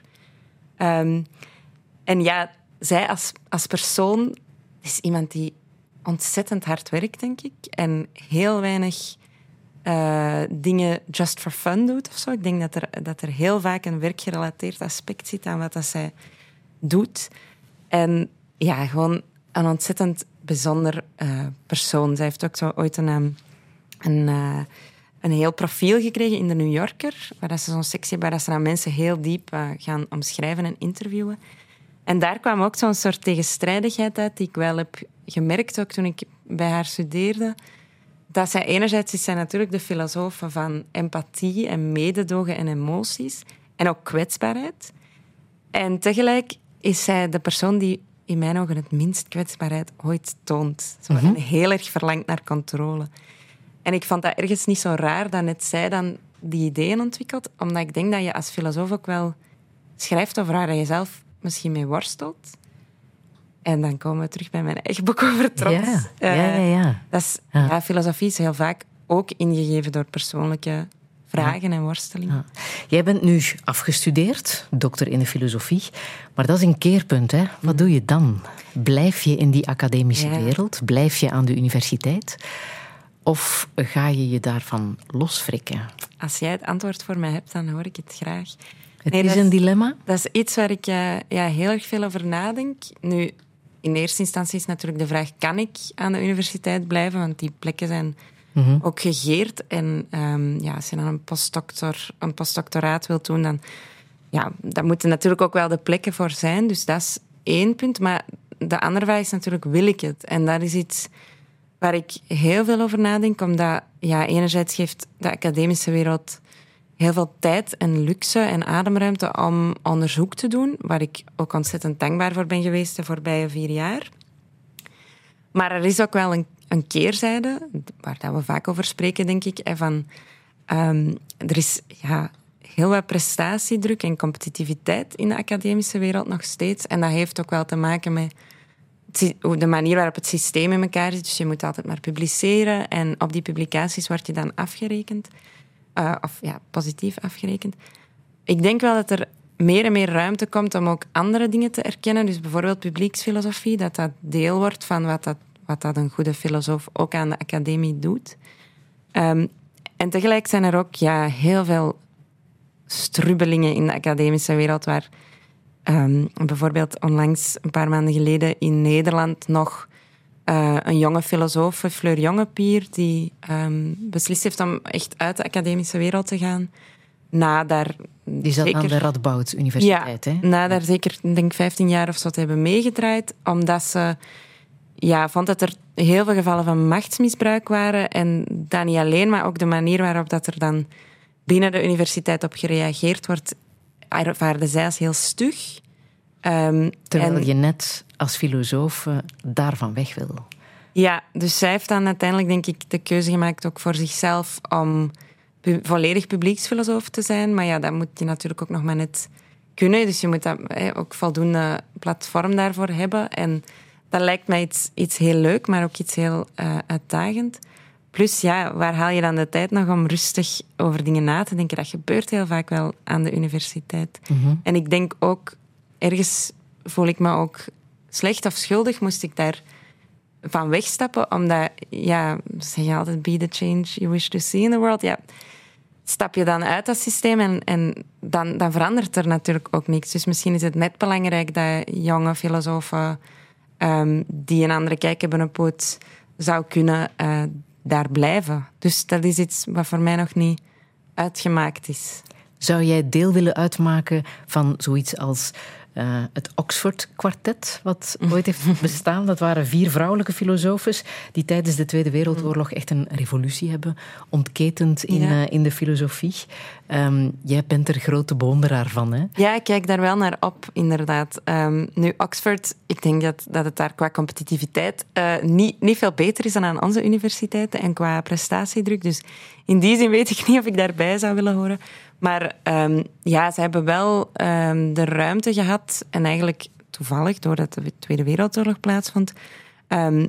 Um, en ja, zij als, als persoon is iemand die ontzettend hard werkt, denk ik. En heel weinig uh, dingen just for fun doet of zo. Ik denk dat er, dat er heel vaak een werkgerelateerd aspect zit aan wat dat zij doet. En ja, gewoon een ontzettend bijzonder uh, persoon. Zij heeft ook zo ooit een, um, een, uh, een heel profiel gekregen in de New Yorker, waar dat ze zo'n sectie waar dat ze dan mensen heel diep uh, gaan omschrijven en interviewen. En daar kwam ook zo'n soort tegenstrijdigheid uit die ik wel heb gemerkt, ook toen ik bij haar studeerde. Dat zij enerzijds is zij natuurlijk de filosoof van empathie en mededogen en emoties. En ook kwetsbaarheid. En tegelijk is zij de persoon die in mijn ogen het minst kwetsbaarheid ooit toont. Zo mm-hmm. heel erg verlangt naar controle. En ik vond dat ergens niet zo raar dat net zij dan die ideeën ontwikkelt. Omdat ik denk dat je als filosoof ook wel schrijft over waar je zelf misschien mee worstelt. En dan komen we terug bij mijn eigen boek over trots. Ja, uh, ja, ja, ja. Dat is, ja. Ja, filosofie is heel vaak ook ingegeven door persoonlijke vragen ja. en worstelingen. Ja. Jij bent nu afgestudeerd, dokter in de filosofie. Maar dat is een keerpunt, hè? Wat mm. doe je dan? Blijf je in die academische ja. wereld? Blijf je aan de universiteit? Of ga je je daarvan loswrikken? Als jij het antwoord voor mij hebt, dan hoor ik het graag. Het nee, is een is, dilemma? Dat is iets waar ik uh, ja, heel erg veel over nadenk. Nu, in eerste instantie is natuurlijk de vraag, kan ik aan de universiteit blijven? Want die plekken zijn mm-hmm. ook gegeerd. En um, ja, als je dan een, postdoctor, een postdoctoraat wilt doen, dan ja, daar moeten natuurlijk ook wel de plekken voor zijn. Dus dat is één punt. Maar de andere vraag is natuurlijk, wil ik het? En dat is iets waar ik heel veel over nadenk. Omdat ja, enerzijds geeft de academische wereld heel veel tijd en luxe en ademruimte om onderzoek te doen, waar ik ook ontzettend dankbaar voor ben geweest de voorbije vier jaar. Maar er is ook wel een, een keerzijde, waar dat we vaak over spreken, denk ik. Van, um, er is ja, heel wat prestatiedruk en competitiviteit in de academische wereld nog steeds. En dat heeft ook wel te maken met de manier waarop het systeem in elkaar zit. Dus je moet altijd maar publiceren en op die publicaties word je dan afgerekend. Uh, of ja, positief afgerekend. Ik denk wel dat er meer en meer ruimte komt om ook andere dingen te erkennen. Dus bijvoorbeeld publieksfilosofie, dat dat deel wordt van wat dat, wat dat een goede filosoof ook aan de academie doet. Um, en tegelijk zijn er ook ja, heel veel strubbelingen in de academische wereld, waar um, bijvoorbeeld onlangs, een paar maanden geleden, in Nederland nog Uh, een jonge filosoof, Fleur Jongepier, die um, beslist heeft om echt uit de academische wereld te gaan. Na daar die zat zeker, aan de Radboud Universiteit, ja, hè? Na daar zeker, denk vijftien jaar of zo te hebben meegedraaid, omdat ze ja, vond dat er heel veel gevallen van machtsmisbruik waren. En dat niet alleen, maar ook de manier waarop dat er dan binnen de universiteit op gereageerd wordt, ervaarde zij als heel stug. Um, Terwijl en, je net als filosoof uh, daarvan weg wil. Ja, dus zij heeft dan uiteindelijk denk ik de keuze gemaakt ook voor zichzelf om pu- volledig publieksfilosoof te zijn. Maar ja, dat moet je natuurlijk ook nog maar net kunnen. Dus je moet dat, eh, ook voldoende platform daarvoor hebben. En dat lijkt mij iets, iets heel leuk, maar ook iets heel uh, uitdagend. Plus, ja, waar haal je dan de tijd nog om rustig over dingen na te denken? Dat gebeurt heel vaak wel aan de universiteit. Mm-hmm. En ik denk ook, ergens voel ik me ook slecht of schuldig, moest ik daar van wegstappen, omdat, ja, zeg je altijd, be the change you wish to see in the world. Ja, stap je dan uit dat systeem en, en dan, dan verandert er natuurlijk ook niks. Dus misschien is het net belangrijk dat jonge filosofen um, die een andere kijk hebben op hoe het zou kunnen, uh, daar blijven. Dus dat is iets wat voor mij nog niet uitgemaakt is. Zou jij deel willen uitmaken van zoiets als uh, het Oxford-kwartet, wat ooit heeft bestaan? Dat waren vier vrouwelijke filosofes die tijdens de Tweede Wereldoorlog echt een revolutie hebben ontketend in, Ja. uh, in de filosofie. Um, jij bent er grote bewonderaar van, hè? Ja, ik kijk daar wel naar op, inderdaad. Um, nu, Oxford, ik denk dat, dat het daar qua competitiviteit uh, niet, niet veel beter is dan aan onze universiteiten en qua prestatiedruk. Dus in die zin weet ik niet of ik daarbij zou willen horen. Maar um, ja, ze hebben wel um, de ruimte gehad en eigenlijk toevallig, doordat de Tweede Wereldoorlog plaatsvond, um,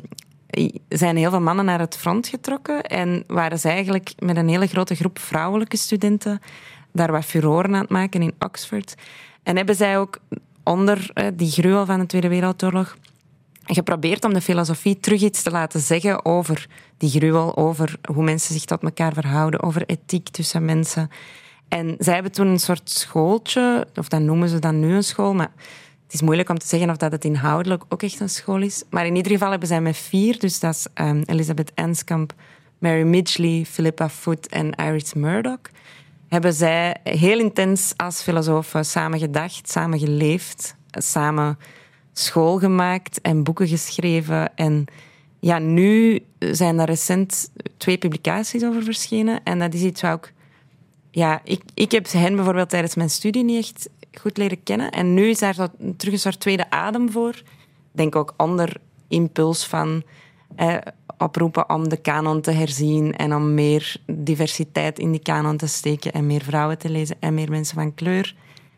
zijn heel veel mannen naar het front getrokken en waren ze eigenlijk met een hele grote groep vrouwelijke studenten daar wat furoren aan het maken in Oxford. En hebben zij ook onder eh, die gruwel van de Tweede Wereldoorlog geprobeerd om de filosofie terug iets te laten zeggen over die gruwel, over hoe mensen zich tot elkaar verhouden, over ethiek tussen mensen. En zij hebben toen een soort schooltje, of dat noemen ze dan nu een school, maar het is moeilijk om te zeggen of dat het inhoudelijk ook echt een school is. Maar in ieder geval hebben zij met vier, dus dat is um, Elizabeth Anscombe, Mary Midgley, Philippa Foot en Iris Murdoch, hebben zij heel intens als filosofen samen gedacht, samen geleefd, samen school gemaakt en boeken geschreven. En ja, nu zijn er recent twee publicaties over verschenen. En dat is iets wat ook... Ja, ik, ik heb hen bijvoorbeeld tijdens mijn studie niet echt goed leren kennen. En nu is daar zo terug een soort tweede adem voor. Ik denk ook onder impuls van eh, oproepen om de kanon te herzien en om meer diversiteit in die kanon te steken en meer vrouwen te lezen en meer mensen van kleur.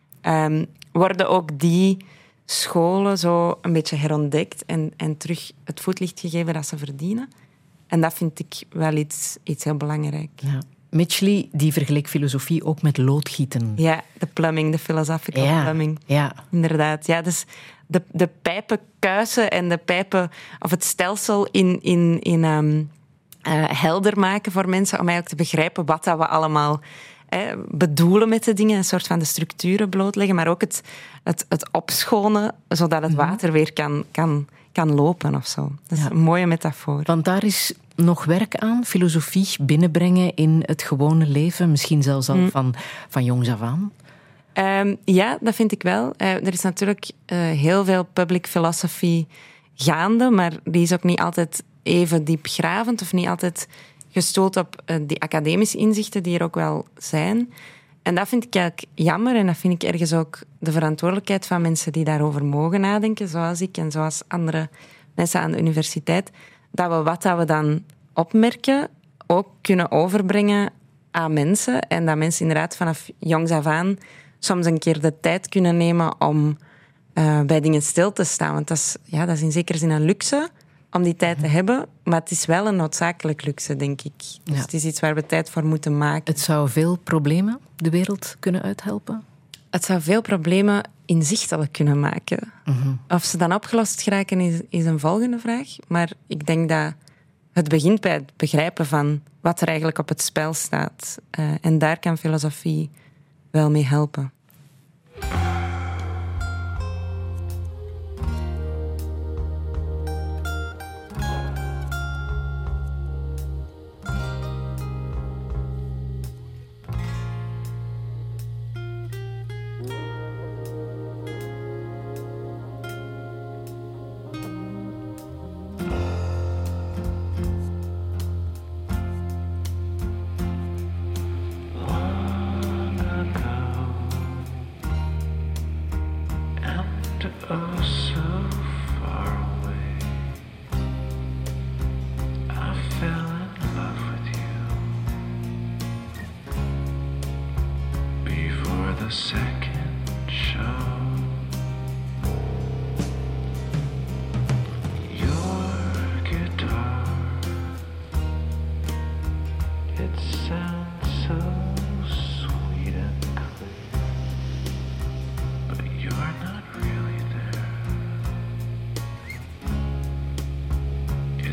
Um, worden ook die scholen zo een beetje herontdekt en, en terug het voetlicht gegeven dat ze verdienen. En dat vind ik wel iets, iets heel belangrijk. Ja. Midgley, die vergeleek filosofie ook met loodgieten. Ja, de plumbing, de philosophical ja, plumbing. Ja. Inderdaad. Ja, dus de, de pijpen kuisen en de pijpen, of het stelsel in, in, in um, uh, helder maken voor mensen, om eigenlijk te begrijpen wat dat we allemaal eh, bedoelen met de dingen. Een soort van de structuren blootleggen, maar ook het, het, het opschonen, zodat het water weer kan, kan, kan lopen of zo. Dat is Ja. een mooie metafoor. Want daar is nog werk aan, filosofie binnenbrengen in het gewone leven, misschien zelfs al Mm. van, van jongs af aan. Um, ja, dat vind ik wel. Uh, er is natuurlijk uh, heel veel public philosophy gaande, maar die is ook niet altijd even diepgravend of niet altijd gestoeld op uh, die academische inzichten die er ook wel zijn. En dat vind ik eigenlijk jammer en dat vind ik ergens ook de verantwoordelijkheid van mensen die daarover mogen nadenken, zoals ik en zoals andere mensen aan de universiteit, dat we wat dat we dan opmerken ook kunnen overbrengen aan mensen en dat mensen inderdaad vanaf jongs af aan soms een keer de tijd kunnen nemen om uh, bij dingen stil te staan. Want dat is, ja, dat is in zekere zin een luxe om die tijd te hebben, maar het is wel een noodzakelijk luxe, denk ik. Dus Ja. het is iets waar we tijd voor moeten maken. Het zou veel problemen de wereld kunnen uithelpen. Het zou veel problemen inzichtelijk kunnen maken. Mm-hmm. Of ze dan opgelost geraken is, is een volgende vraag. Maar ik denk dat het begint bij het begrijpen van wat er eigenlijk op het spel staat. Uh, en daar kan filosofie wel mee helpen.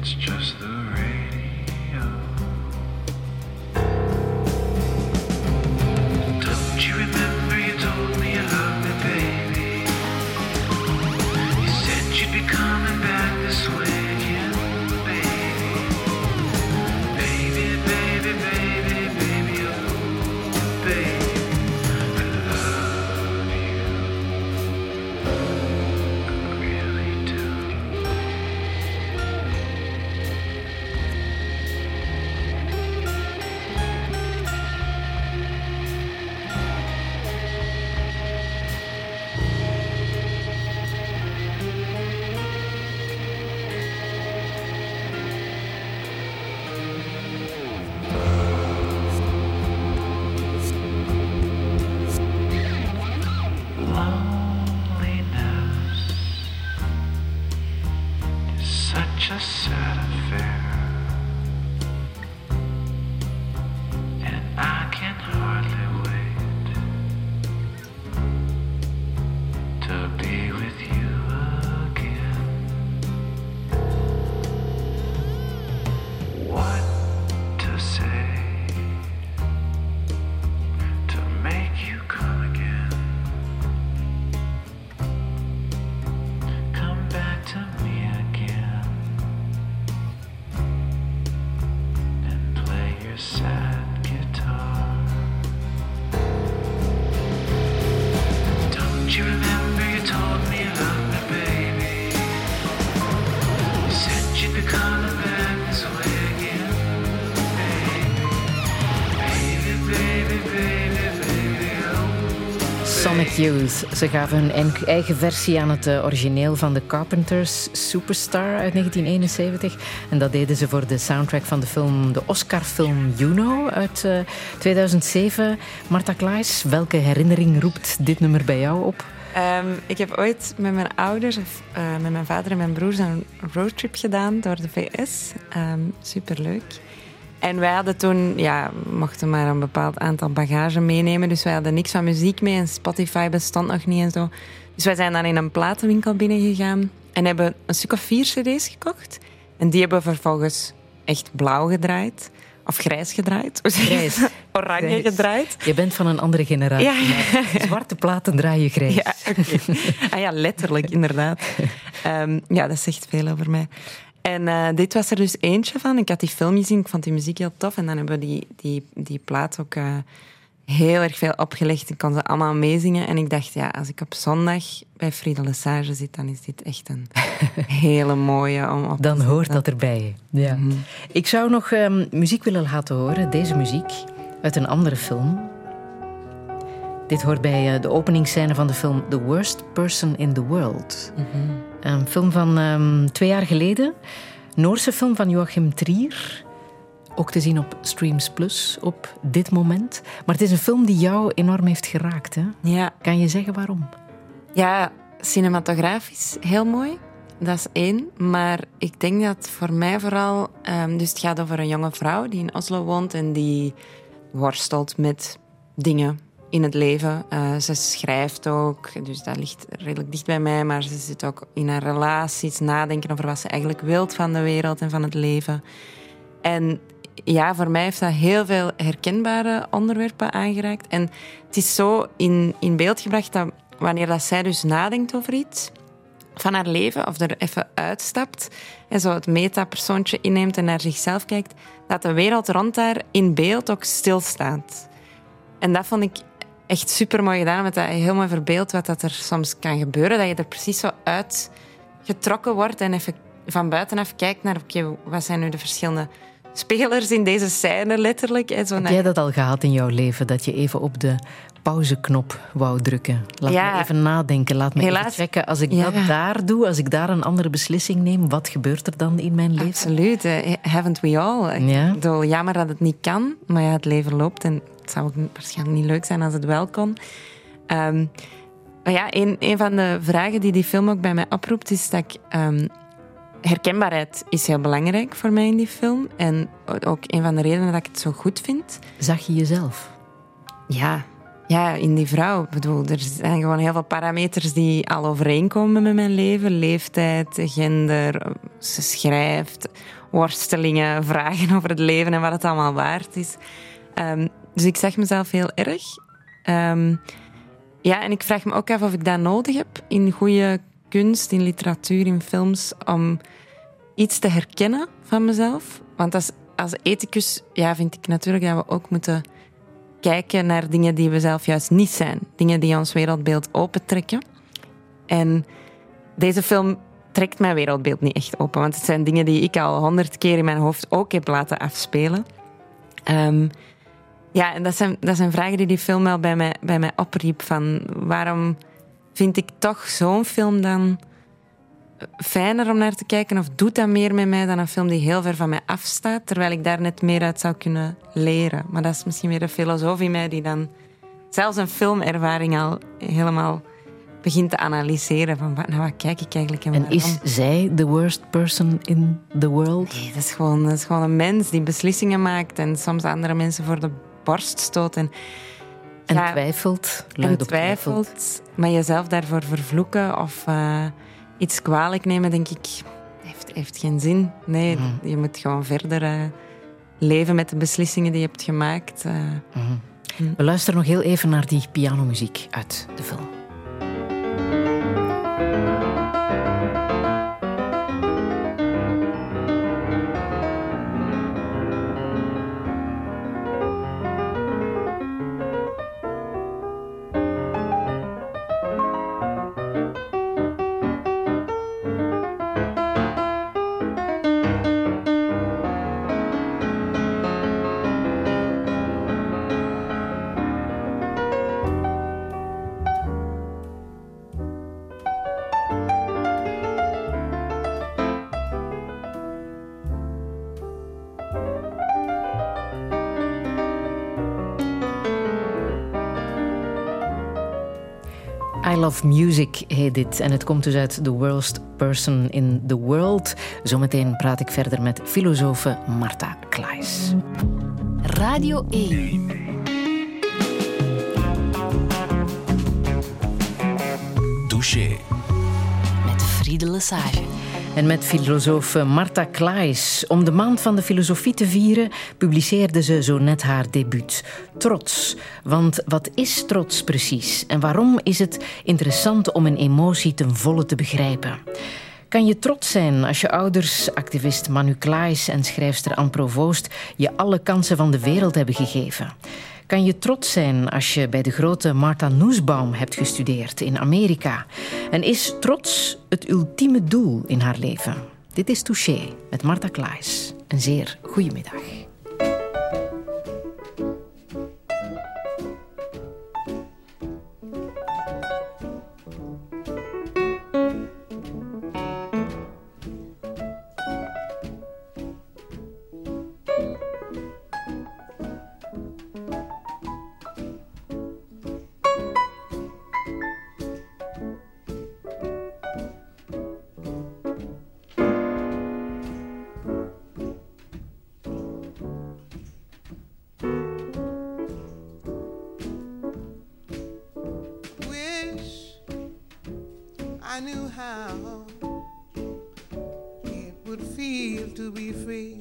it's just the radio. Don't you remember you told me you loved me, baby? You said you'd be coming back this way again, baby. Baby, baby, baby, baby, oh, baby. Such a sad affair, and I can hardly wait to be with you again. What to say to make you come again? Come back to me again. Sad guitar. Don't you remember you told me you loved me, baby? You said you'd be coming back this way again, baby. Baby, baby, baby, baby, oh. Sonic Youth. Ze gaven hun en- eigen versie aan het uh, origineel van The Carpenters, Superstar uit negentien eenenzeventig. En dat deden ze voor de soundtrack van de film, de Oscar-film Juno uit uh, tweeduizend zeven. Marta Klaes, welke herinnering roept dit nummer bij jou op? Um, ik heb ooit met mijn ouders, of, uh, met mijn vader en mijn broers, een roadtrip gedaan door de V S. Um, superleuk. En wij hadden toen, ja, we mochten maar een bepaald aantal bagage meenemen. Dus wij hadden niks van muziek mee en Spotify bestond nog niet en zo. Dus wij zijn dan in een platenwinkel binnengegaan en hebben een stuk of vier cd's gekocht. En die hebben we vervolgens echt blauw gedraaid. Of grijs gedraaid. Grijs. Oranje Grijs. gedraaid. Je bent van een andere generatie. Ja. Maar zwarte platen draai je grijs. Ja, okay. Ah ja, letterlijk, inderdaad. Um, ja, dat zegt veel over mij. En uh, dit was er dus eentje van. Ik had die film gezien, ik vond die muziek heel tof. En dan hebben we die, die, die plaat ook uh, heel erg veel opgelegd. Ik kon ze allemaal meezingen. En ik dacht, ja, als ik op zondag bij Friede Lesage zit, dan is dit echt een hele mooie om op te Dan hoort zetten. dat erbij. Ja. Mm-hmm. Ik zou nog um, muziek willen laten horen. Deze muziek uit een andere film. Dit hoort bij uh, de openingsscène van de film The Worst Person in the World. Mm-hmm. Een film van um, twee jaar geleden. Noorse film van Joachim Trier. Ook te zien op Streams Plus op dit moment. Maar het is een film die jou enorm heeft geraakt. Hè? Ja. Kan je zeggen waarom? Ja, cinematografisch heel mooi. Dat is één. Maar ik denk dat voor mij vooral... Um, dus het gaat over een jonge vrouw die in Oslo woont en die worstelt met dingen in het leven. Uh, ze schrijft ook, dus dat ligt redelijk dicht bij mij, maar ze zit ook in een relatie, iets nadenken over wat ze eigenlijk wil van de wereld en van het leven. En ja, voor mij heeft dat heel veel herkenbare onderwerpen aangeraakt. En het is zo in, in beeld gebracht dat wanneer dat zij dus nadenkt over iets van haar leven, of er even uitstapt en zo het metapersoontje inneemt en naar zichzelf kijkt, dat de wereld rond haar in beeld ook stilstaat. En dat vond ik echt super mooi gedaan, omdat dat heel mooi verbeeldt wat dat er soms kan gebeuren. Dat je er precies zo uitgetrokken wordt en even van buitenaf kijkt naar, oké, okay, wat zijn nu de verschillende spelers in deze scène, letterlijk. En zo Heb naar... jij dat al gehad in jouw leven, dat je even op de pauzeknop wou drukken? Laat Ja. me even nadenken, laat me Helaas. even checken. Als ik Ja. dat daar doe, als ik daar een andere beslissing neem, wat gebeurt er dan in mijn leven? Absoluut, hè. Haven't we all? Ja. Ik bedoel, jammer dat het niet kan, maar ja, het leven loopt en het zou ook waarschijnlijk niet leuk zijn als het wel kon. Um, maar ja, een, een van de vragen die die film ook bij mij oproept, is dat ik... Um, herkenbaarheid is heel belangrijk voor mij in die film. En ook een van de redenen dat ik het zo goed vind. Zag je jezelf? Ja, ja, in die vrouw. Ik bedoel, er zijn gewoon heel veel parameters die al overeenkomen met mijn leven. Leeftijd, gender, ze schrijft, worstelingen, vragen over het leven en wat het allemaal waard is. Um, dus ik zag mezelf heel erg. Um, ja, en ik vraag me ook af of ik dat nodig heb in goede kunst, in literatuur, in films, om iets te herkennen van mezelf. Want als, als ethicus ja, vind ik natuurlijk dat we ook moeten kijken naar dingen die we zelf juist niet zijn. Dingen die ons wereldbeeld opentrekken. En deze film trekt mijn wereldbeeld niet echt open. Want het zijn dingen die ik al honderd keer in mijn hoofd ook heb laten afspelen. Um, ja, en dat zijn, dat zijn vragen die die film wel bij mij, bij mij opriep. Van waarom vind ik toch zo'n film dan fijner om naar te kijken? Of doet dat meer met mij dan een film die heel ver van mij afstaat? Terwijl ik daar net meer uit zou kunnen leren. Maar dat is misschien weer de filosoof in mij die dan zelfs een filmervaring al helemaal begint te analyseren. Van wat, nou, wat kijk ik eigenlijk en En waarom? is zij the worst person in the world? Nee, dat is, gewoon, dat is gewoon een mens die beslissingen maakt en soms andere mensen voor de borst stoot. En, En ja, twijfelt, en luid op twijfelt. twijfelt. Maar jezelf daarvoor vervloeken of uh, iets kwalijk nemen, denk ik, heeft, heeft geen zin. Nee, Mm. je moet gewoon verder uh, leven met de beslissingen die je hebt gemaakt. Uh, Mm. We luisteren nog heel even naar die pianomuziek uit de film. I Love Music heet dit en het komt dus uit The Worst Person in the World. Zometeen praat ik verder met filosofe Marta Klaes. Radio één. Douché. Met Friede Lesage. En met filosoof Marta Klaes. Om de maand van de filosofie te vieren publiceerde ze zo net haar debuut. Trots. Want wat is trots precies? En waarom is het interessant om een emotie ten volle te begrijpen? Kan je trots zijn als je ouders, activist Manu Klaes en schrijfster Anne Provoost je alle kansen van de wereld hebben gegeven? Kan je trots zijn als je bij de grote Martha Nussbaum hebt gestudeerd in Amerika? En is trots het ultieme doel in haar leven? Dit is Touché met Marta Klaes. Een zeer goede middag. I knew how it would feel to be free.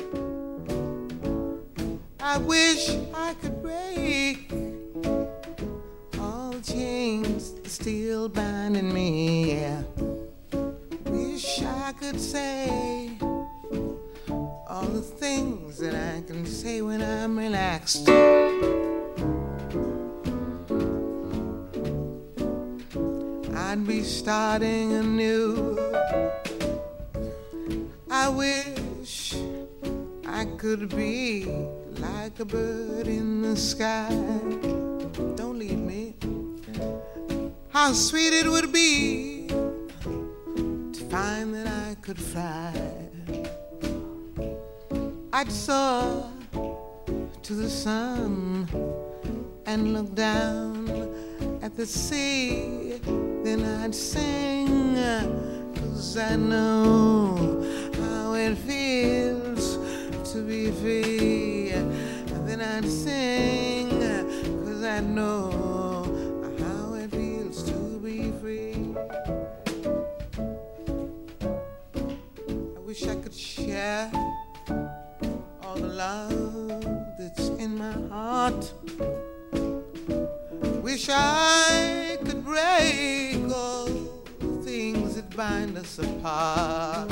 I wish I could break all the chains that still binding me. Yeah. Wish I could say all the things that I can say when I'm relaxed. I'd be starting anew. I wish I could be like a bird in the sky. Don't leave me. How sweet it would be to find that I could fly. I'd soar to the sun and look down at the sea. Then I'd sing, 'cause I know how it feels to be free. And then I'd sing, 'cause I know wish I could share all the love that's in my heart. Wish I could break all the things that bind us apart.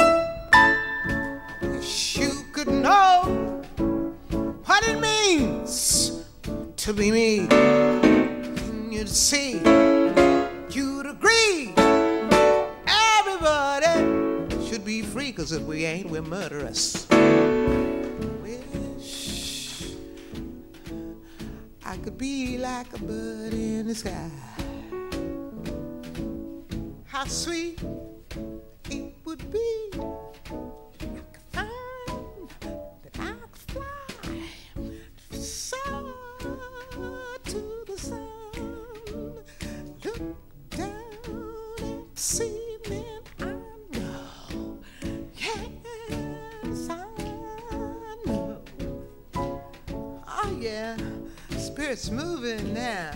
Wish you could know what it means to be me. And you'd see, you'd agree, everybody should be free, 'cause if we ain't, we're murderous. Wish I could be like a bird in the sky. How sweet it would be I could find that I could fly soar to the sun, look down and see me. I know, yes, I know. Oh yeah, spirit's moving now.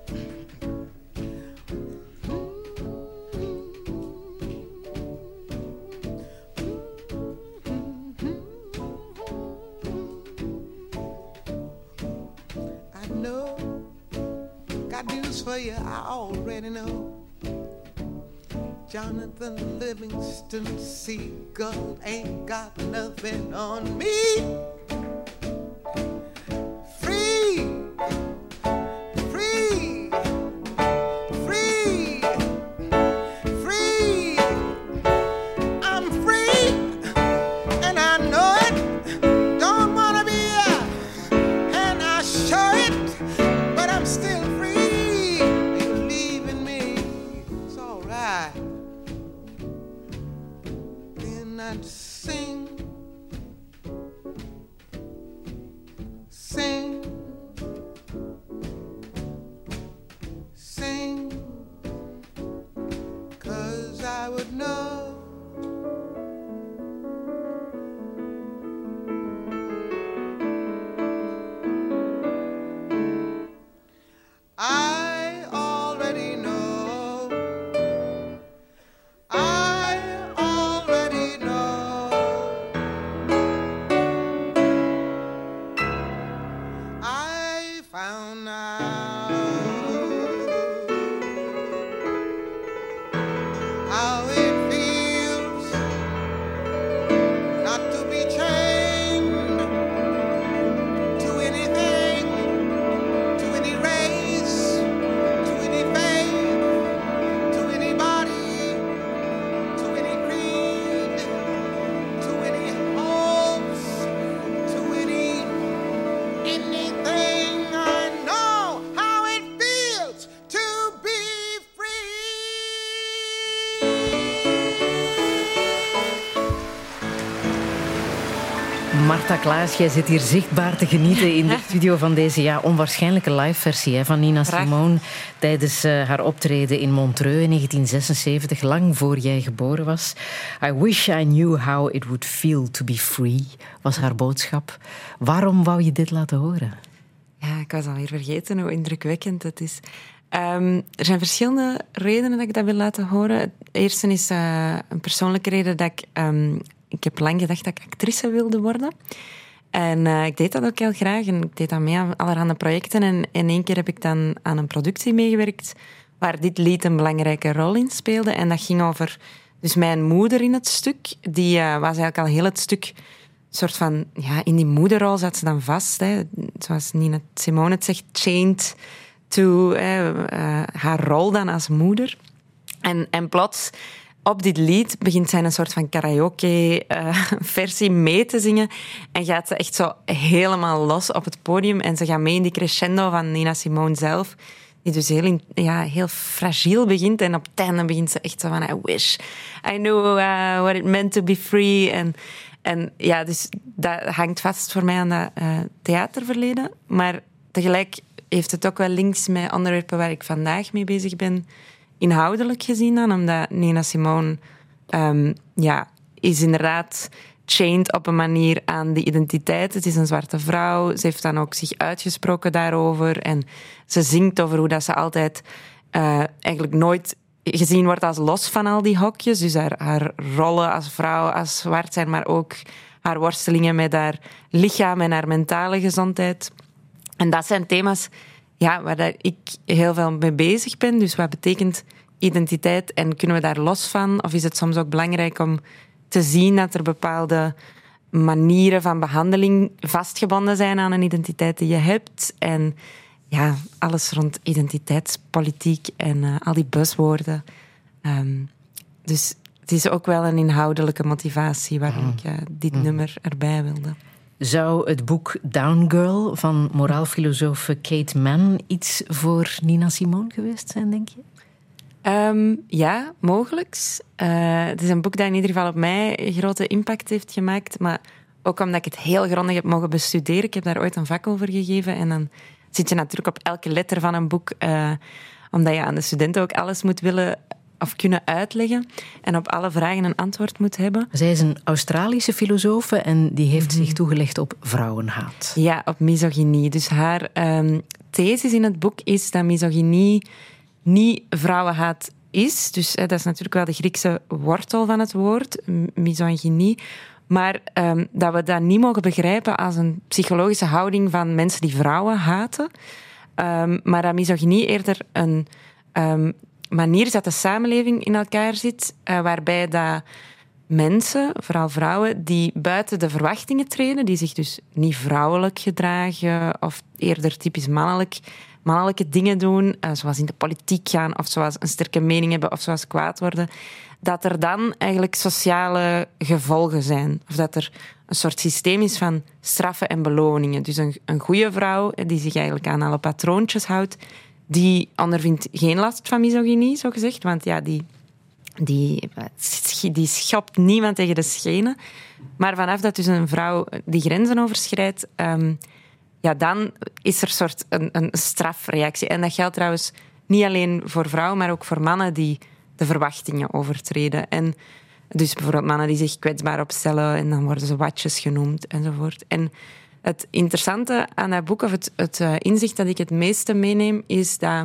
For you, I already know. Jonathan Livingston Seagull ain't got nothing on me. Free, free, free, free. I'm free, and I know it. Don't wanna be a, and I show it, but I'm still free. Then sing, sing, sing, 'cause I would know. I already know. I already know. I found out how it feels not to be chained to anything, to any race, to any faith, to anybody, to any creed, to any hopes, to any anything. I know how it feels to be free. Marta Klaas, jij zit hier zichtbaar te genieten in de studio van deze ja, onwaarschijnlijke live-versie hè, van Nina Simone tijdens uh, haar optreden in Montreux in negentien zesenzeventig, lang voor jij geboren was. I wish I knew how it would feel to be free, was haar boodschap. Waarom wou je dit laten horen? Ja, ik was alweer vergeten hoe indrukwekkend het is. Um, er zijn verschillende redenen dat ik dat wil laten horen. Het eerste is uh, een persoonlijke reden dat ik... Um, ik heb lang gedacht dat ik actrice wilde worden. En uh, ik deed dat ook heel graag. En ik deed dat mee aan allerhande projecten. En in één keer heb ik dan aan een productie meegewerkt waar dit lied een belangrijke rol in speelde. En dat ging over dus mijn moeder in het stuk. Die uh, was eigenlijk al heel het stuk... soort van... Ja, in die moederrol zat ze dan vast. Hè. Zoals Nina Simone het zegt, chained to uh, uh, haar rol dan als moeder. En, en plots... Op dit lied begint zij een soort van karaoke-versie uh, mee te zingen. En gaat ze echt zo helemaal los op het podium. En ze gaat mee in die crescendo van Nina Simone zelf. Die dus heel, in, ja, heel fragiel begint. En op het einde begint ze echt zo van... I wish I knew uh, what it meant to be free. En, en ja, dus dat hangt vast voor mij aan dat uh, theaterverleden. Maar tegelijk heeft het ook wel links met onderwerpen waar ik vandaag mee bezig ben... Inhoudelijk gezien dan, omdat Nina Simone um, ja, is inderdaad chained op een manier aan die identiteit. Het is een zwarte vrouw. Ze heeft dan ook zich uitgesproken daarover. En ze zingt over hoe dat ze altijd uh, eigenlijk nooit gezien wordt als los van al die hokjes. Dus haar, haar rollen als vrouw, als zwart zijn, maar ook haar worstelingen met haar lichaam en haar mentale gezondheid. En dat zijn thema's ja, waar dat ik heel veel mee bezig ben. Dus wat betekent identiteit en kunnen we daar los van? Of is het soms ook belangrijk om te zien dat er bepaalde manieren van behandeling vastgebonden zijn aan een identiteit die je hebt? En ja, alles rond identiteitspolitiek en uh, al die buzzwoorden. Um, dus het is ook wel een inhoudelijke motivatie waarom ik uh, dit mm. nummer erbij wilde. Zou het boek Down Girl van moraalfilosoof Kate Mann iets voor Nina Simone geweest zijn, denk je? Um, ja, mogelijk. Uh, het is een boek dat in ieder geval op mij een grote impact heeft gemaakt. Maar ook omdat ik het heel grondig heb mogen bestuderen. Ik heb daar ooit een vak over gegeven. En dan zit je natuurlijk op elke letter van een boek. Uh, omdat je aan de studenten ook alles moet willen of kunnen uitleggen. En op alle vragen een antwoord moet hebben. Zij is een Australische filosoof en die heeft zich toegelegd op vrouwenhaat. Ja, op misogynie. Dus haar um, thesis in het boek is dat misogynie niet vrouwenhaat is. Dus hè, dat is natuurlijk wel de Griekse wortel van het woord, misogynie. Maar um, dat we dat niet mogen begrijpen als een psychologische houding van mensen die vrouwen haten. Um, maar dat misogynie eerder een um, manier is dat de samenleving in elkaar zit, uh, waarbij dat mensen, vooral vrouwen, die buiten de verwachtingen treden, die zich dus niet vrouwelijk gedragen of eerder typisch mannelijk, mannelijke dingen doen, uh, zoals in de politiek gaan of zoals een sterke mening hebben of zoals kwaad worden, dat er dan eigenlijk sociale gevolgen zijn. Of dat er een soort systeem is van straffen en beloningen. Dus een, een goede vrouw die zich eigenlijk aan alle patroontjes houdt, die ondervindt geen last van misogynie, zo gezegd. Want ja, die, die, die schopt niemand tegen de schenen. Maar vanaf dat dus een vrouw die grenzen overschrijdt, um, ja, dan is er een soort een, een strafreactie. En dat geldt trouwens niet alleen voor vrouwen, maar ook voor mannen die de verwachtingen overtreden. En dus bijvoorbeeld mannen die zich kwetsbaar opstellen en dan worden ze watjes genoemd enzovoort. En het interessante aan dat boek, of het, het uh, inzicht dat ik het meeste meeneem, is dat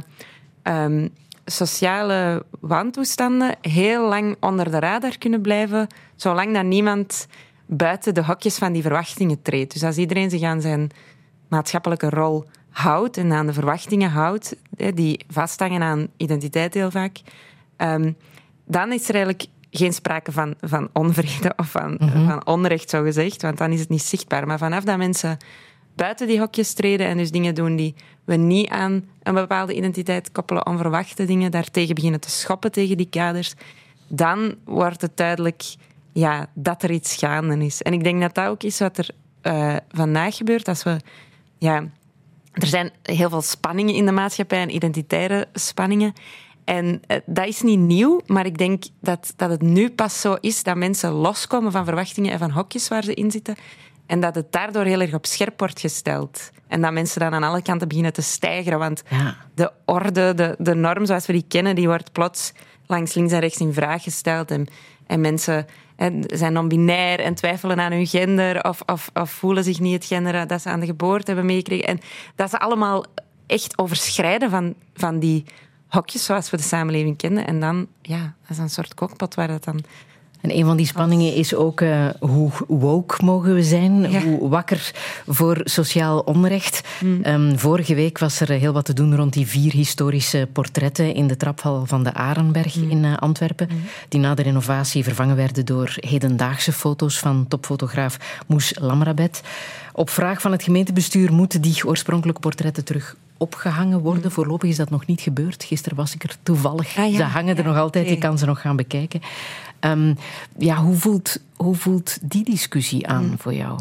um, sociale wantoestanden heel lang onder de radar kunnen blijven, zolang dat niemand buiten de hokjes van die verwachtingen treedt. Dus als iedereen zich aan zijn maatschappelijke rol houdt en aan de verwachtingen houdt, die vasthangen aan identiteit heel vaak, um, dan is er eigenlijk geen sprake van, van onvrede of van, mm-hmm. van onrecht, zo gezegd, want dan is het niet zichtbaar. Maar vanaf dat mensen buiten die hokjes treden en dus dingen doen die we niet aan een bepaalde identiteit koppelen, onverwachte dingen, daartegen beginnen te schoppen tegen die kaders, dan wordt het duidelijk ja, dat er iets gaande is. En ik denk dat dat ook is wat er uh, vandaag gebeurt. Als we, ja, er zijn heel veel spanningen in de maatschappij en identitaire spanningen. En uh, dat is niet nieuw, maar ik denk dat, dat het nu pas zo is dat mensen loskomen van verwachtingen en van hokjes waar ze in zitten. En dat het daardoor heel erg op scherp wordt gesteld. En dat mensen dan aan alle kanten beginnen te steigeren. Want ja. de orde, de, de norm zoals we die kennen, die wordt plots langs links en rechts in vraag gesteld. En, en mensen hè, zijn non-binair en twijfelen aan hun gender of, of, of voelen zich niet het gender dat ze aan de geboorte hebben meegekregen. En dat ze allemaal echt overschrijden van, van die hokjes zoals we de samenleving kennen. En dan, ja, dat is een soort kookpot waar dat dan... En een van die spanningen is ook uh, hoe woke mogen we zijn, ja. hoe wakker voor sociaal onrecht. Mm. Um, vorige week was er heel wat te doen rond die vier historische portretten in de trapval van de Arenberg mm. in uh, Antwerpen, mm. die na de renovatie vervangen werden door hedendaagse foto's van topfotograaf Moes Lamrabet. Op vraag van het gemeentebestuur moeten die oorspronkelijke portretten terug opgehangen worden. Mm. Voorlopig is dat nog niet gebeurd. Gisteren was ik er toevallig. Ah, ja. Ze hangen er ja, nog altijd, okay. Je kan ze nog gaan bekijken. Um, ja, hoe voelt, hoe voelt die discussie aan mm. voor jou?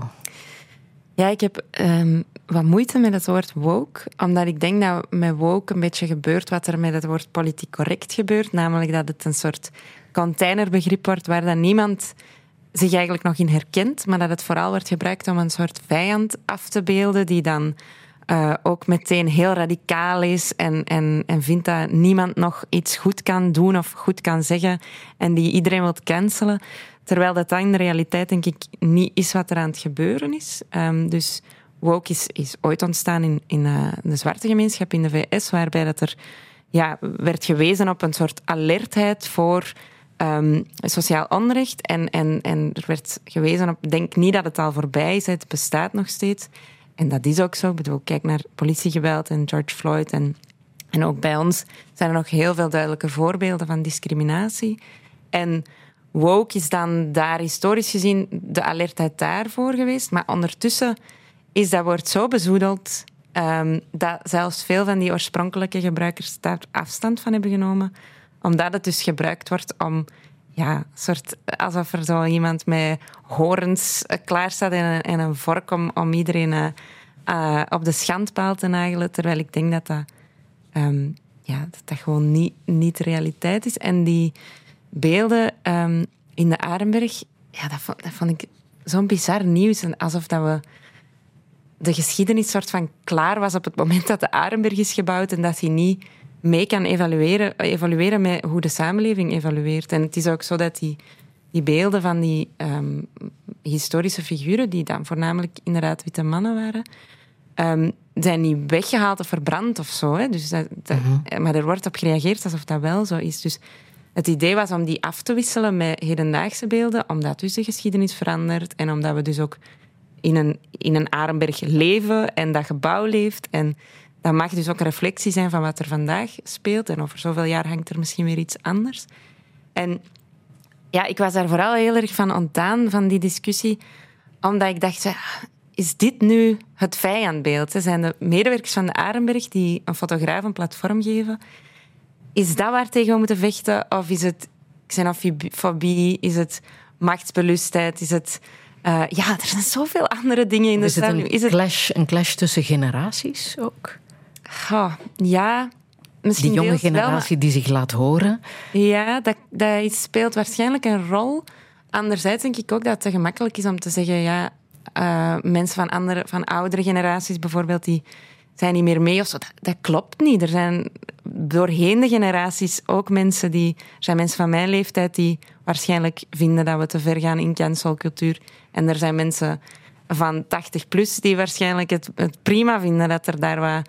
Ja, ik heb um, wat moeite met het woord woke, omdat ik denk dat met woke een beetje gebeurt wat er met het woord politiek correct gebeurt, namelijk dat het een soort containerbegrip wordt waar dan niemand zich eigenlijk nog in herkent, maar dat het vooral wordt gebruikt om een soort vijand af te beelden die dan uh, ook meteen heel radicaal is en, en, en vindt dat niemand nog iets goed kan doen of goed kan zeggen en die iedereen wil cancelen. Terwijl dat dan in de realiteit denk ik niet is wat er aan het gebeuren is. Um, dus woke is, is ooit ontstaan in, in uh, de zwarte gemeenschap in de V S, waarbij dat er ja, werd gewezen op een soort alertheid voor um, sociaal onrecht. En, en, en er werd gewezen op, denk niet dat het al voorbij is, het bestaat nog steeds. En dat is ook zo. Ik bedoel, kijk naar politiegeweld en George Floyd. En, en ook bij ons zijn er nog heel veel duidelijke voorbeelden van discriminatie. En woke is dan daar historisch gezien de alertheid daarvoor geweest. Maar ondertussen is dat woord zo bezoedeld um, dat zelfs veel van die oorspronkelijke gebruikers daar afstand van hebben genomen. Omdat het dus gebruikt wordt om, ja, soort, alsof er zo iemand met horens klaar staat en een, en een vork om, om iedereen uh, uh, op de schandpaal te nagelen. Terwijl ik denk dat dat, um, ja, dat, dat gewoon niet, niet de realiteit is. En die beelden um, in de Arenberg, ja, dat, vond, dat vond ik zo'n bizar nieuws. Alsof dat we de geschiedenis soort van klaar was op het moment dat de Arenberg is gebouwd en dat hij niet mee kan evalueren, evalueren met hoe de samenleving evalueert. En het is ook zo dat die, die beelden van die um, historische figuren, die dan voornamelijk inderdaad witte mannen waren, um, zijn niet weggehaald of verbrand of zo. Hè. Dus dat, dat, mm-hmm. Maar er wordt op gereageerd alsof dat wel zo is. Dus het idee was om die af te wisselen met hedendaagse beelden, omdat dus de geschiedenis verandert en omdat we dus ook in een, in een Arenberg leven en dat gebouw leeft. En dat mag dus ook een reflectie zijn van wat er vandaag speelt. En over zoveel jaar hangt er misschien weer iets anders. En ja, ik was daar vooral heel erg van ontdaan, van die discussie. Omdat ik dacht, ja, is dit nu het vijandbeeld? Zijn de medewerkers van de Arenberg die een fotograaf een platform geven? Is dat waar tegen we moeten vechten? Of is het xenofobie? Is het machtsbelustheid? Is het... Uh, ja, er zijn zoveel andere dingen in de is het een Is het clash, een clash tussen generaties ook? Oh, ja, misschien die jonge deels wel, generatie maar... die zich laat horen. Ja, dat, dat speelt waarschijnlijk een rol. Anderzijds denk ik ook dat het te gemakkelijk is om te zeggen, ja, uh, mensen van, andere, van oudere generaties bijvoorbeeld, die zijn niet meer mee of zo. Dat, dat klopt niet. Er zijn doorheen de generaties ook mensen die... Er zijn mensen van mijn leeftijd die waarschijnlijk vinden dat we te ver gaan in cancelcultuur. En er zijn mensen van tachtig plus die waarschijnlijk het, het prima vinden dat er daar wat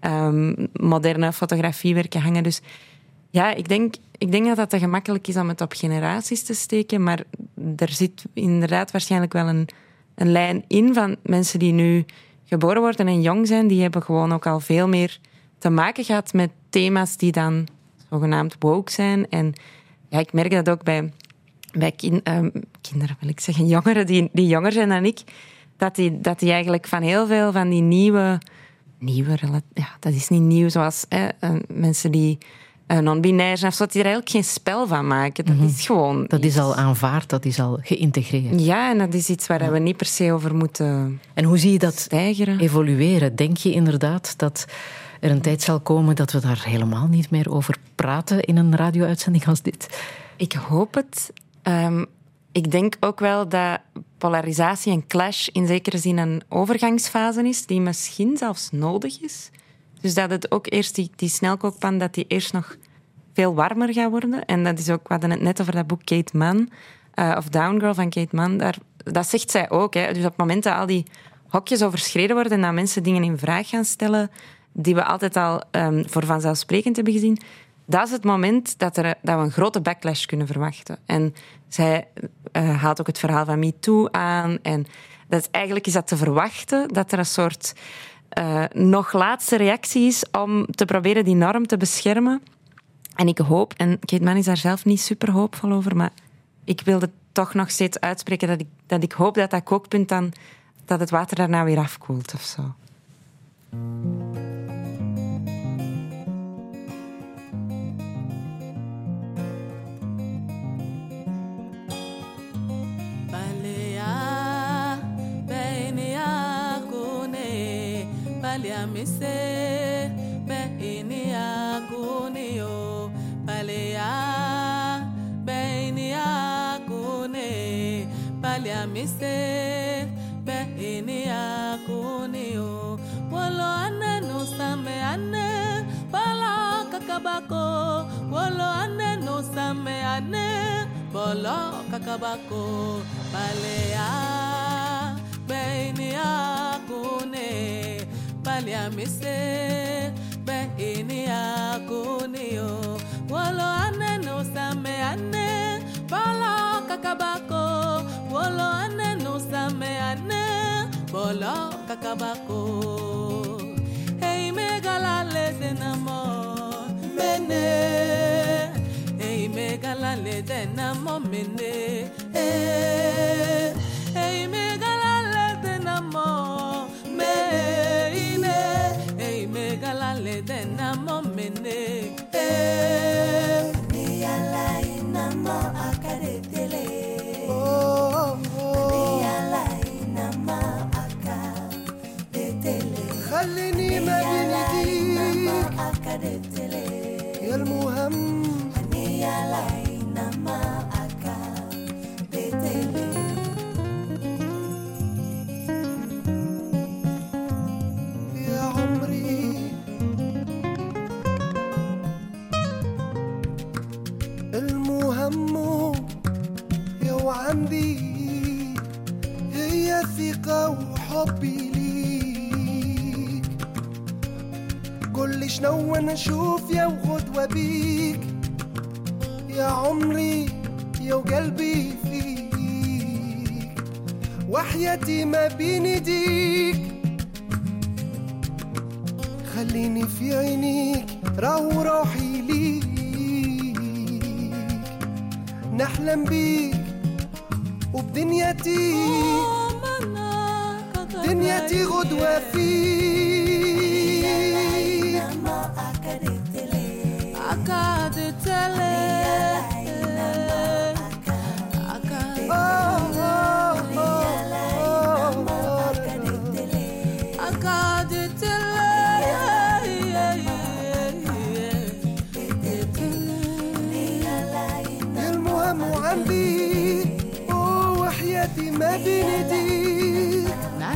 um, moderne fotografiewerken hangen. Dus ja, ik denk, ik denk dat dat te gemakkelijk is om het op generaties te steken. Maar er zit inderdaad waarschijnlijk wel een, een lijn in van mensen die nu geboren worden en jong zijn. Die hebben gewoon ook al veel meer te maken gehad met thema's die dan zogenaamd woke zijn. En ja, ik merk dat ook bij... bij kind, um, kinderen, wil ik zeggen, jongeren die, die jonger zijn dan ik, dat die, dat die eigenlijk van heel veel van die nieuwe... nieuwe ja, dat is niet nieuw, zoals hè, uh, mensen die uh, non-binair zijn of zo, die er eigenlijk geen spel van maken. Dat mm-hmm. is gewoon... Dat iets. is al aanvaard, dat is al geïntegreerd. Ja, en dat is iets waar ja. we niet per se over moeten En hoe zie je dat stijgeren. evolueren? Denk je inderdaad dat er een tijd zal komen dat we daar helemaal niet meer over praten in een radio-uitzending als dit? Ik hoop het. Um, ik denk ook wel dat polarisatie en clash in zekere zin een overgangsfase is, die misschien zelfs nodig is. Dus dat het ook eerst die, die snelkookpan, dat die eerst nog veel warmer gaat worden. En dat is ook, we hadden het net over dat boek Kate Mann, uh, of Down Girl van Kate Mann. Daar, dat zegt zij ook. Hè. Dus op het moment dat al die hokjes overschreden worden en dat mensen dingen in vraag gaan stellen die we altijd al um, voor vanzelfsprekend hebben gezien, dat is het moment dat, er, dat we een grote backlash kunnen verwachten. En zij uh, haalt ook het verhaal van MeToo aan. En dat is, eigenlijk is dat te verwachten, dat er een soort uh, nog laatste reactie is om te proberen die norm te beschermen. En ik hoop, en Kate Mann is daar zelf niet super hoopvol over, maar ik wilde toch nog steeds uitspreken dat ik, dat ik hoop dat dat kookpunt dan, dat het water daarna weer afkoelt of zo. Mise be ini agune o palea be ini agune palea mise be ini agune o wolo ane no same ane pala kakabako wolo ane no same ane bolo kakabako palea be ini agune Palia mise be ini agone kakabako. Wolo ane no same ane. Bolo kakabako. Hey megala le namo mene. Hey megala le namo mene. Hey, hey megala le namo mene. Hey megala le namo mene. Hey ni ala inamo akadetele. Oh, oh. Ni ala inamo akadetele. خليني ما بنديك يا المهم يا عمري المهم يا وعندي هي ثقة وحبي ليك قول لي شنو انا نشوف يا وغدوة بيك يا عمري يا وقلبي فيك وحياتي ما بين ايديك خليني في عينيك راهو روحي ليك نحلم بيك وبدنيتي دنيتي غدوة فيك المهم عندي وحياتي ما بين ايديك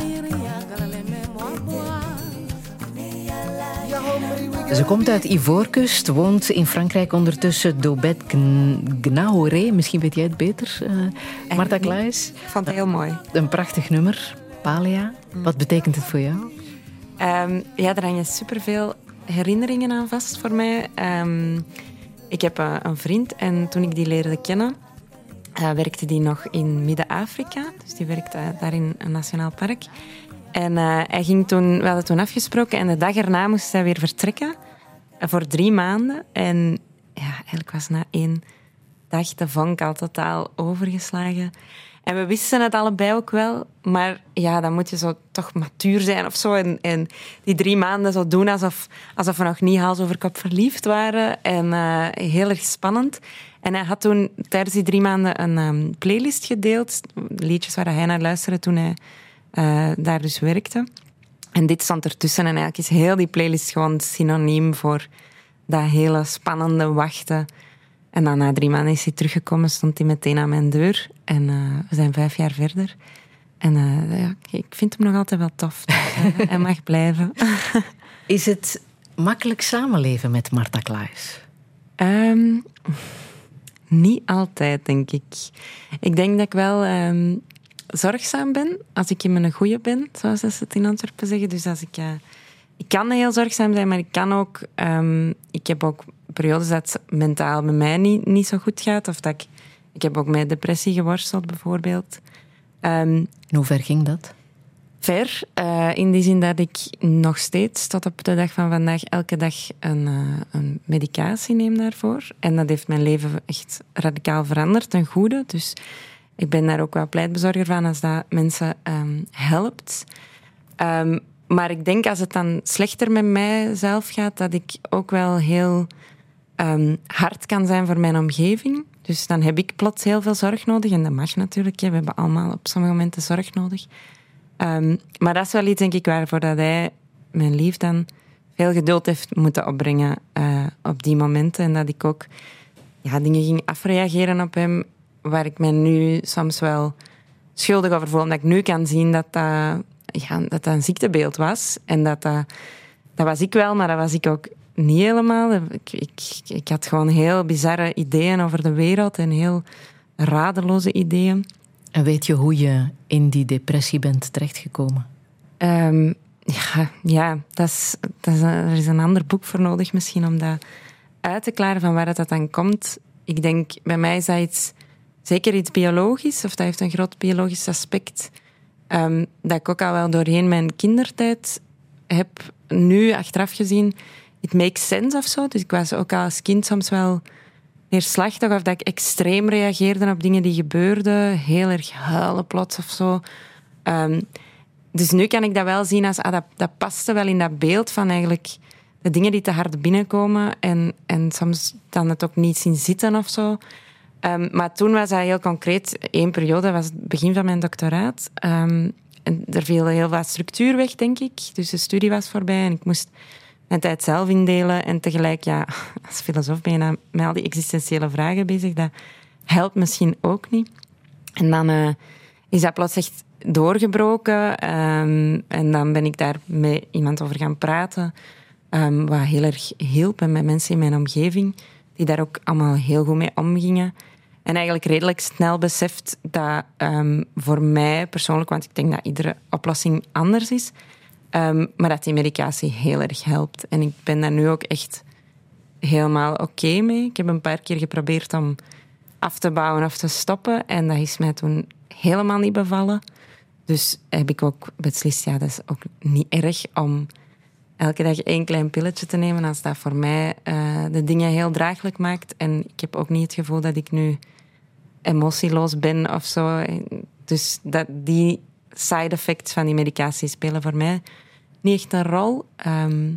يا عمري Ze komt uit Ivoorkust, woont in Frankrijk ondertussen. Dobet Gnaoré, misschien weet jij het beter, uh, Marta Klaes. Ik vond het heel mooi. Een prachtig nummer, Palea. Wat betekent het voor jou? Um, ja, er hangen superveel herinneringen aan vast voor mij. Um, ik heb uh, een vriend en toen ik die leerde kennen, uh, werkte die nog in Midden-Afrika. Dus die werkte uh, daar in een nationaal park. En uh, hij ging toen, we hadden toen afgesproken en de dag erna moest hij weer vertrekken uh, voor drie maanden. En ja, eigenlijk was na één dag de vonk al totaal overgeslagen. En we wisten het allebei ook wel, maar ja, dan moet je zo toch matuur zijn of zo. En, en die drie maanden zo doen alsof, alsof we nog niet hals over kop verliefd waren. En uh, heel erg spannend. En hij had toen tijdens die drie maanden een um, playlist gedeeld. Liedjes waar hij naar luisterde toen hij uh, daar dus werkte. En dit stond ertussen. En eigenlijk is heel die playlist gewoon synoniem voor dat hele spannende wachten. En dan na drie maanden is hij teruggekomen, stond hij meteen aan mijn deur. En uh, we zijn vijf jaar verder. En uh, ja, ik vind hem nog altijd wel tof. Dus, uh, hij mag blijven. Is het makkelijk samenleven met Marta Klaes? Um, niet altijd, denk ik. Ik denk dat ik wel um, zorgzaam ben, als ik in mijn goeie ben, zoals ze het in Antwerpen zeggen. Dus als ik... Uh, ik kan heel zorgzaam zijn, maar ik kan ook... Um, ik heb ook periodes dat het mentaal met mij niet, niet zo goed gaat. Of dat ik... Ik heb ook met depressie geworsteld, bijvoorbeeld. Um, In hoe ver ging dat? Ver. Uh, in die zin dat ik nog steeds, tot op de dag van vandaag, elke dag een, uh, een medicatie neem daarvoor. En dat heeft mijn leven echt radicaal veranderd, ten goede. Dus ik ben daar ook wel pleitbezorger van als dat mensen um, helpt. Um, maar ik denk als het dan slechter met mijzelf gaat, dat ik ook wel heel um, hard kan zijn voor mijn omgeving. Dus dan heb ik plots heel veel zorg nodig. En dat mag natuurlijk. We hebben allemaal op sommige momenten zorg nodig. Um, maar dat is wel iets, denk ik, waarvoor dat hij, mijn lief, dan veel geduld heeft moeten opbrengen uh, op die momenten. En dat ik ook ja, dingen ging afreageren op hem, waar ik mij nu soms wel schuldig over voel. Omdat ik nu kan zien dat dat, ja, dat, dat een ziektebeeld was. En dat, dat dat was ik wel, maar dat was ik ook niet helemaal. Ik, ik, ik had gewoon heel bizarre ideeën over de wereld en heel radeloze ideeën. En weet je hoe je in die depressie bent terechtgekomen? Um, ja, ja dat is, dat is een, er is een ander boek voor nodig misschien om dat uit te klaren van waar dat dan komt. Ik denk, bij mij is dat iets zeker iets biologisch, of dat heeft een groot biologisch aspect, um, dat ik ook al wel doorheen mijn kindertijd heb, nu achteraf gezien, it makes sense of zo. Dus ik was ook al als kind soms wel neerslachtig, of dat ik extreem reageerde op dingen die gebeurden, heel erg huilen plots of zo. Um, dus nu kan ik dat wel zien als, ah, dat, dat paste wel in dat beeld van eigenlijk de dingen die te hard binnenkomen en, en soms dan het ook niet zien zitten of zo. Um, maar toen was dat heel concreet. Eén periode, dat was het begin van mijn doctoraat. Um, en er viel heel wat structuur weg, denk ik. Dus de studie was voorbij en ik moest mijn tijd zelf indelen. En tegelijk, ja, als filosoof ben je met al die existentiële vragen bezig. Dat helpt misschien ook niet. En dan uh, is dat plots echt doorgebroken. Um, en dan ben ik daar met iemand over gaan praten. Um, wat heel erg hielp. En met mensen in mijn omgeving die daar ook allemaal heel goed mee omgingen. En eigenlijk redelijk snel beseft dat um, voor mij persoonlijk, want ik denk dat iedere oplossing anders is, um, maar dat die medicatie heel erg helpt. En ik ben daar nu ook echt helemaal oké okay mee. Ik heb een paar keer geprobeerd om af te bouwen of te stoppen en dat is mij toen helemaal niet bevallen. Dus heb ik ook beslist, ja, dat is ook niet erg om elke dag één klein pilletje te nemen als dat voor mij uh, de dingen heel draaglijk maakt. En ik heb ook niet het gevoel dat ik nu emotieloos ben of zo. Dus dat die side effects van die medicatie spelen voor mij niet echt een rol. Um,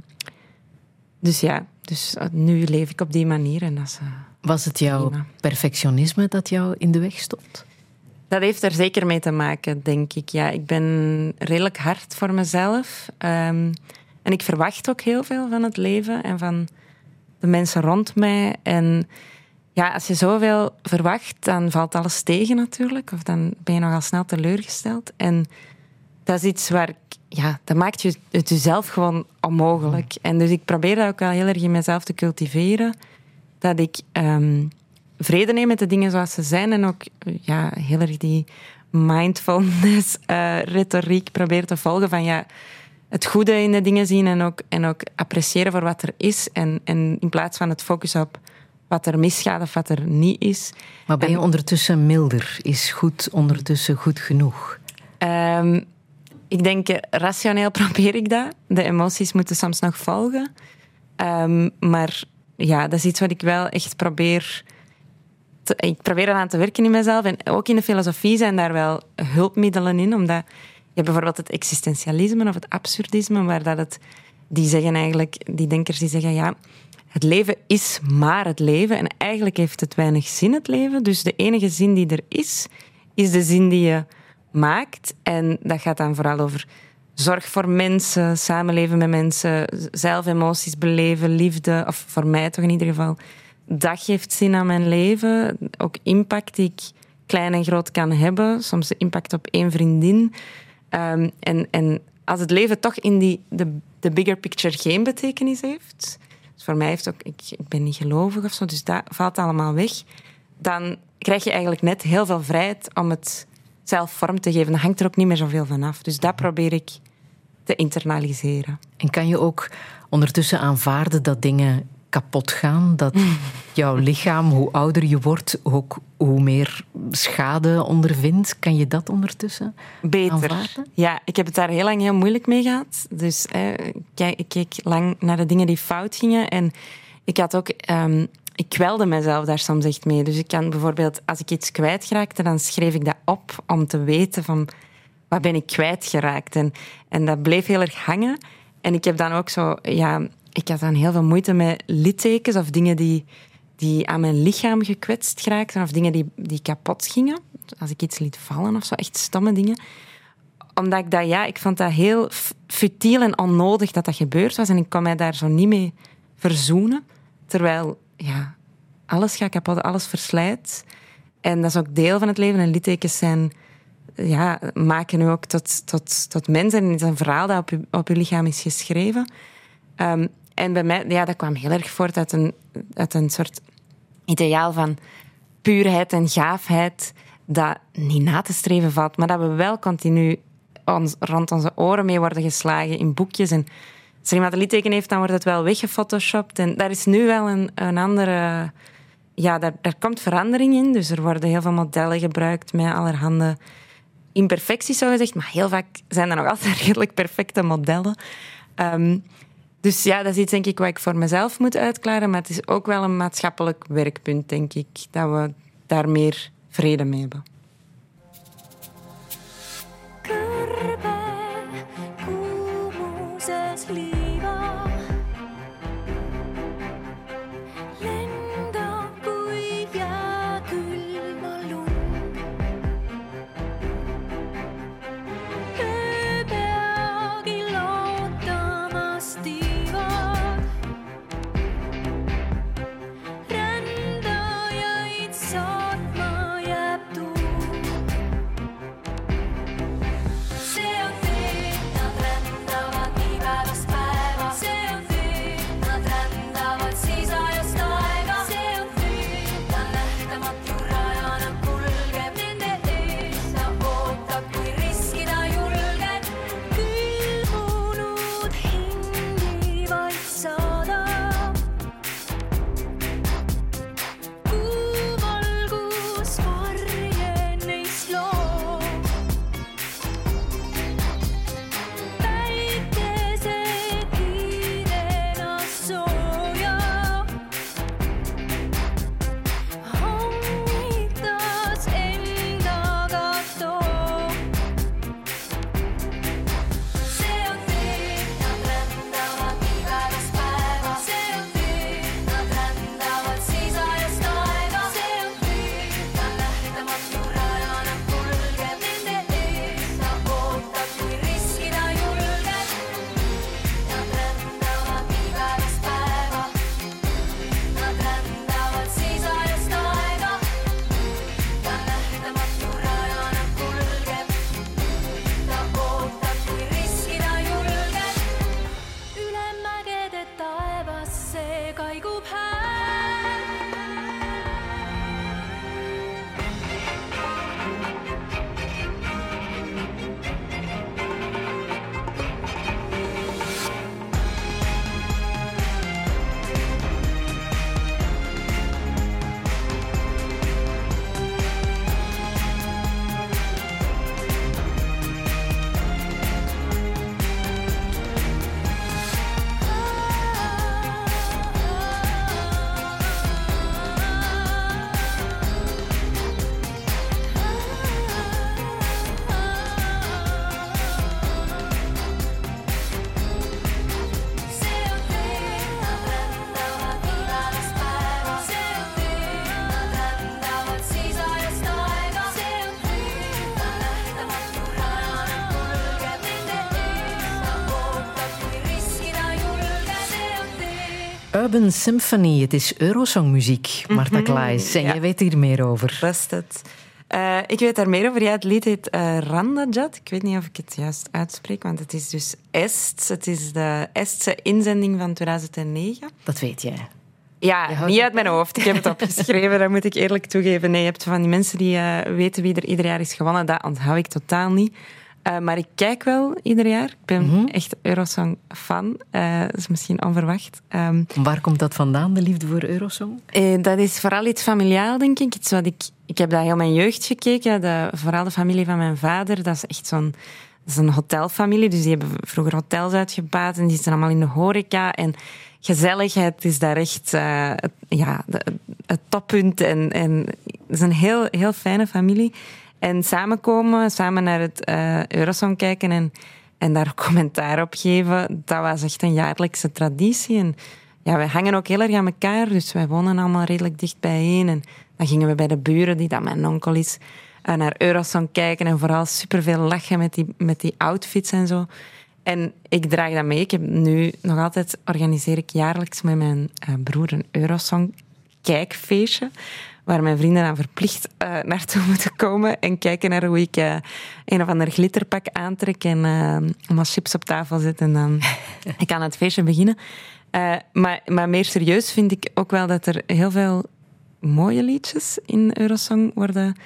dus ja, dus nu leef ik op die manier. En dat is, uh, Was het jouw prima. perfectionisme dat jou in de weg stond? Dat heeft er zeker mee te maken, denk ik. Ja, ik ben redelijk hard voor mezelf. Um, En ik verwacht ook heel veel van het leven en van de mensen rond mij. En ja, als je zoveel verwacht, dan valt alles tegen natuurlijk. Of dan ben je nogal snel teleurgesteld. En dat is iets waar ik... Ja, dat maakt je, het jezelf gewoon onmogelijk. En dus ik probeer dat ook wel heel erg in mezelf te cultiveren. Dat ik um, vrede neem met de dingen zoals ze zijn. En ook ja, heel erg die mindfulness-retoriek uh, probeer te volgen van... ja. Het goede in de dingen zien en ook, en ook appreciëren voor wat er is. En, en in plaats van het focussen op wat er misgaat of wat er niet is. Maar ben je en, ondertussen milder? Is goed ondertussen goed genoeg? Um, ik denk, rationeel probeer ik dat. De emoties moeten soms nog volgen. Um, maar ja, dat is iets wat ik wel echt probeer... Te, ik probeer eraan te werken in mezelf. En ook in de filosofie zijn daar wel hulpmiddelen in, omdat... Je hebt bijvoorbeeld het existentialisme of het absurdisme, waar dat het, die zeggen eigenlijk, die denkers die zeggen, ja, het leven is maar het leven en eigenlijk heeft het weinig zin, het leven. Dus de enige zin die er is, is de zin die je maakt. En dat gaat dan vooral over zorg voor mensen, samenleven met mensen, zelf emoties beleven, liefde, of voor mij toch in ieder geval. Dat geeft zin aan mijn leven. Ook impact die ik klein en groot kan hebben. Soms de impact op één vriendin. Um, en, en als het leven toch in die, de, de bigger picture geen betekenis heeft, dus voor mij heeft ook, ik, ik ben niet gelovig of zo, dus dat valt allemaal weg, dan krijg je eigenlijk net heel veel vrijheid om het zelf vorm te geven. Dan hangt er ook niet meer zoveel van af. Dus dat probeer ik te internaliseren. En kan je ook ondertussen aanvaarden dat dingen kapot gaan? Dat jouw lichaam, hoe ouder je wordt, ook hoe meer schade ondervindt? Kan je dat ondertussen Beter. aanvaarden? Ja, ik heb het daar heel lang heel moeilijk mee gehad. Dus eh, ik keek lang naar de dingen die fout gingen. En ik had ook... Um, ik kwelde mezelf daar soms echt mee. Dus ik kan bijvoorbeeld, als ik iets kwijtgeraakte, dan schreef ik dat op om te weten van... Wat ben ik kwijtgeraakt? En, en dat bleef heel erg hangen. En ik heb dan ook zo... Ja, ik had dan heel veel moeite met littekens of dingen die, die aan mijn lichaam gekwetst geraakten of dingen die, die kapot gingen. Als ik iets liet vallen of zo, echt stomme dingen. Omdat ik dat, ja, ik vond dat heel futiel en onnodig dat dat gebeurd was. En ik kon mij daar zo niet mee verzoenen. Terwijl, ja, alles gaat kapot, alles verslijt. En dat is ook deel van het leven. En littekens zijn... Ja, maken u ook tot, tot, tot mens. En het is een verhaal dat op uw, op uw lichaam is geschreven. Um, en bij mij, ja, dat kwam heel erg voort uit een, uit een soort ideaal van puurheid en gaafheid dat niet na te streven valt, maar dat we wel continu ons, rond onze oren mee worden geslagen in boekjes. En als er iemand een litteken heeft, dan wordt het wel weggefotoshopt. En daar is nu wel een, een andere ja, daar, daar komt verandering in. Dus er worden heel veel modellen gebruikt met allerhande imperfecties, zo gezegd. Maar heel vaak zijn er nog altijd redelijk perfecte modellen. Um, dus ja, dat is iets, denk ik, wat ik voor mezelf moet uitklaren. Maar het is ook wel een maatschappelijk werkpunt, denk ik, dat we daar meer vrede mee hebben. Urban Symphony, het is Eurosongmuziek, Marta mm-hmm. Klaes. En ja. jij weet hier meer over. Dat is het. Uh, ik weet daar meer over. Ja, het lied heet uh, Randajat. Ik weet niet of ik het juist uitspreek, want het is dus Est. Het is de Estse inzending van tweeduizend negen. Dat weet jij. Ja, niet uit mijn hoofd. Ik heb het opgeschreven, dat moet ik eerlijk toegeven. Nee, je hebt van die mensen die uh, weten wie er ieder jaar is gewonnen. Dat onthoud ik totaal niet. Uh, maar ik kijk wel ieder jaar. Ik ben mm-hmm. echt Eurosong-fan. Uh, dat is misschien onverwacht. Um, Waar komt dat vandaan, de liefde voor Eurosong? Uh, dat is vooral iets familiaal, denk ik. Iets wat ik, ik heb dat heel mijn jeugd gekeken. De, vooral de familie van mijn vader. Dat is echt zo'n, dat is een hotelfamilie. Dus die hebben vroeger hotels uitgebaat. En die zitten allemaal in de horeca. En gezelligheid is daar echt uh, het, ja, de, het toppunt. En, en het is een heel, heel fijne familie. En samenkomen, samen naar het uh, Eurosong kijken en, en daar commentaar op geven, dat was echt een jaarlijkse traditie. En ja, wij hangen ook heel erg aan elkaar, dus wij wonen allemaal redelijk dicht bijeen. En dan gingen we bij de buren, die dan mijn onkel is, uh, naar Eurosong kijken en vooral superveel lachen met die, met die outfits en zo. En ik draag dat mee. Ik heb nu nog altijd, organiseer ik jaarlijks met mijn uh, broer een Eurosong kijkfeestje, waar mijn vrienden dan verplicht uh, naartoe moeten komen en kijken naar hoe ik uh, een of ander glitterpak aantrek en uh, allemaal chips op tafel zet en dan ik kan het feestje beginnen. Uh, maar, maar meer serieus vind ik ook wel dat er heel veel mooie liedjes in Eurosong worden,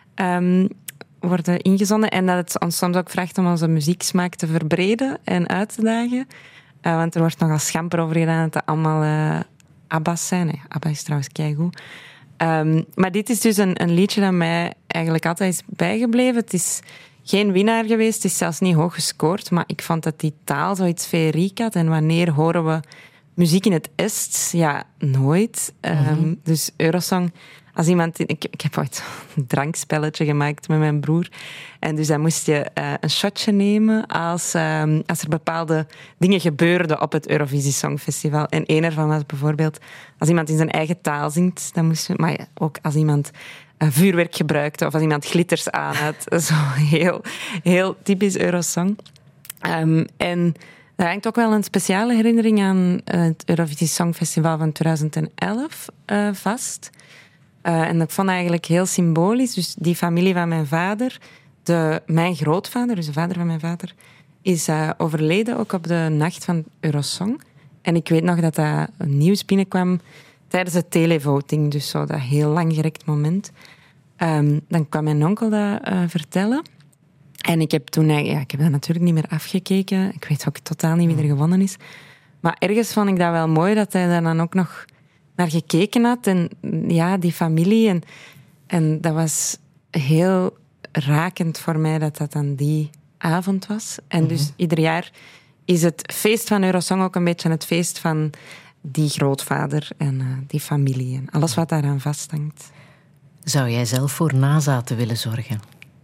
um, worden ingezonden en dat het ons soms ook vraagt om onze muzieksmaak te verbreden en uit te dagen. Uh, want er wordt nogal schamper over gedaan dat het allemaal uh, ABBA's zijn. Nee, ABBA is trouwens keigoed. Um, maar dit is dus een, een liedje dat mij eigenlijk altijd is bijgebleven. Het is geen winnaar geweest, het is zelfs niet hoog gescoord, maar ik vond dat die taal zoiets feeriek had. En wanneer horen we muziek in het Est? Ja, nooit. Mm-hmm. Um, dus Eurosong, als iemand... Ik, ik heb ooit een drankspelletje gemaakt met mijn broer. En dus dan moest je uh, een shotje nemen als, um, als er bepaalde dingen gebeurden op het Eurovisie Songfestival. En één ervan was bijvoorbeeld, als iemand in zijn eigen taal zingt, dan moest je... Maar ja, ook als iemand uh, vuurwerk gebruikte of als iemand glitters aan had. Zo heel, heel typisch Eurosong. Um, en... Daar hangt ook wel een speciale herinnering aan het Eurovisie Songfestival van twintig elf uh, vast. Uh, en ik vond dat eigenlijk heel symbolisch. Dus die familie van mijn vader, de, mijn grootvader, dus de vader van mijn vader, is uh, overleden ook op de nacht van Eurosong. En ik weet nog dat dat nieuws binnenkwam tijdens de televoting, dus zo dat heel langgerekt moment. Um, dan kwam mijn onkel dat uh, vertellen. En ik heb toen, ja, ik heb dat natuurlijk niet meer afgekeken. Ik weet ook totaal niet wie er gewonnen is. Maar ergens vond ik dat wel mooi dat hij daar dan ook nog naar gekeken had. En ja, die familie. En, en dat was heel rakend voor mij dat dat dan die avond was. En mm-hmm. dus ieder jaar is het feest van Eurosong ook een beetje het feest van die grootvader en uh, die familie. En alles wat daaraan vasthangt. Zou jij zelf voor nazaten willen zorgen?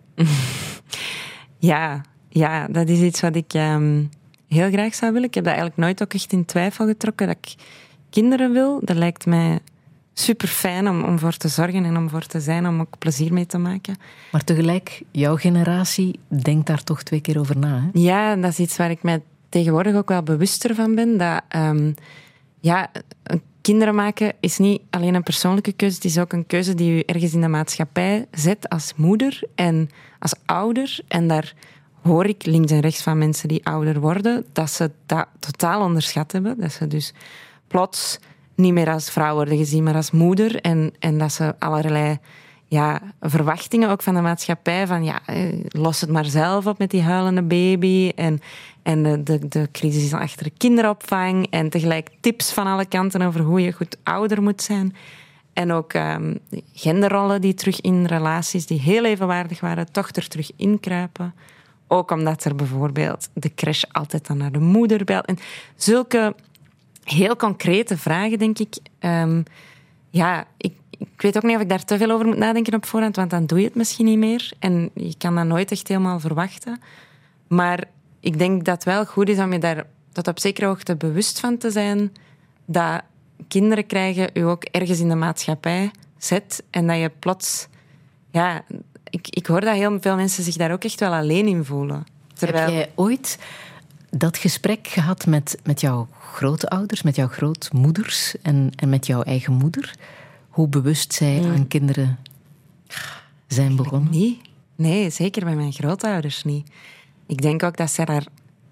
Ja, ja, dat is iets wat ik um, heel graag zou willen. Ik heb dat eigenlijk nooit ook echt in twijfel getrokken dat ik kinderen wil. Dat lijkt mij super fijn om, om voor te zorgen en om voor te zijn, om ook plezier mee te maken. Maar tegelijk, jouw generatie denkt daar toch twee keer over na, hè? Ja, dat is iets waar ik mij tegenwoordig ook wel bewuster van ben. Dat um, ja, kinderen maken is niet alleen een persoonlijke keuze, het is ook een keuze die je ergens in de maatschappij zet als moeder en als ouder. En daar hoor ik links en rechts van mensen die ouder worden, dat ze dat totaal onderschat hebben. Dat ze dus plots niet meer als vrouw worden gezien, maar als moeder. En, en dat ze allerlei ja, verwachtingen ook van de maatschappij, van ja, los het maar zelf op met die huilende baby. En, en de, de, de crisis achter de kinderopvang. En tegelijk tips van alle kanten over hoe je goed ouder moet zijn. En ook um, genderrollen die terug in relaties die heel evenwaardig waren, toch er terug inkruipen. Ook omdat er bijvoorbeeld de crash altijd dan naar de moeder belt. En zulke heel concrete vragen, denk ik. Um, ja, ik, ik weet ook niet of ik daar te veel over moet nadenken op voorhand, want dan doe je het misschien niet meer. En je kan dat nooit echt helemaal verwachten. Maar ik denk dat het wel goed is om je daar tot op zekere hoogte bewust van te zijn dat kinderen krijgen u ook ergens in de maatschappij zet en dat je plots... Ja, ik, ik hoor dat heel veel mensen zich daar ook echt wel alleen in voelen. Terwijl... Heb jij ooit dat gesprek gehad met, met jouw grootouders, met jouw grootmoeders en, en met jouw eigen moeder? Hoe bewust zij hmm. aan kinderen zijn begonnen? Nee, nee, zeker bij mijn grootouders niet. Ik denk ook dat zij daar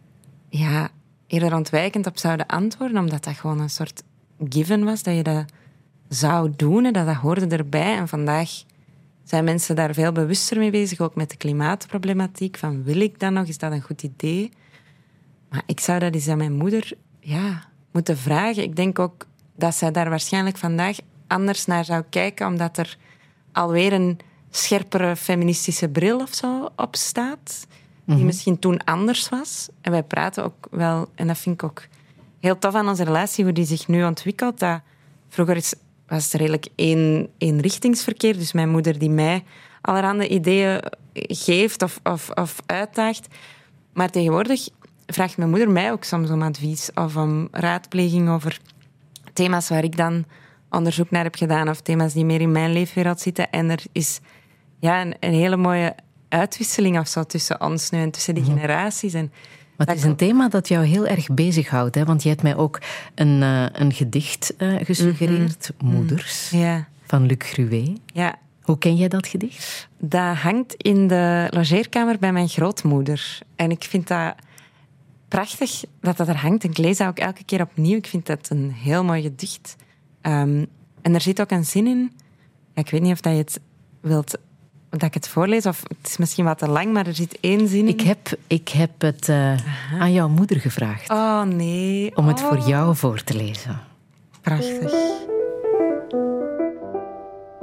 ja, eerder ontwijkend op zouden antwoorden, omdat dat gewoon een soort given was, dat je dat zou doen en dat dat hoorde erbij. En vandaag zijn mensen daar veel bewuster mee bezig, ook met de klimaatproblematiek. Van, wil ik dat nog? Is dat een goed idee? Maar ik zou dat eens aan mijn moeder ja, moeten vragen. Ik denk ook dat zij daar waarschijnlijk vandaag anders naar zou kijken, omdat er alweer een scherpere feministische bril of zo op staat, die mm-hmm. misschien toen anders was. En wij praten ook wel, en dat vind ik ook heel tof aan onze relatie, hoe die zich nu ontwikkelt. Dat vroeger is, was het redelijk één, eenrichtingsverkeer. Dus mijn moeder die mij allerhande ideeën geeft of, of, of uitdaagt. Maar tegenwoordig vraagt mijn moeder mij ook soms om advies of om raadpleging over thema's waar ik dan onderzoek naar heb gedaan of thema's die meer in mijn leefwereld zitten. En er is ja, een, een hele mooie uitwisseling of zo tussen ons nu en tussen die generaties. En maar het is een thema dat jou heel erg bezighoudt, hè? Want je hebt mij ook een, uh, een gedicht uh, gesuggereerd, mm-hmm. Moeders, ja. van Luc Gruet. Ja. Hoe ken jij dat gedicht? Dat hangt in de logeerkamer bij mijn grootmoeder. En ik vind dat prachtig dat dat er hangt. En ik lees dat ook elke keer opnieuw. Ik vind dat een heel mooi gedicht. Um, en er zit ook een zin in. Ja, ik weet niet of dat je het wilt dat ik het voorlees, of het is misschien wat te lang, maar er zit één zin in. Ik heb, ik heb het uh, aan jouw moeder gevraagd. Oh, nee. Om het oh. voor jou voor te lezen. Prachtig.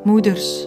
Moeders.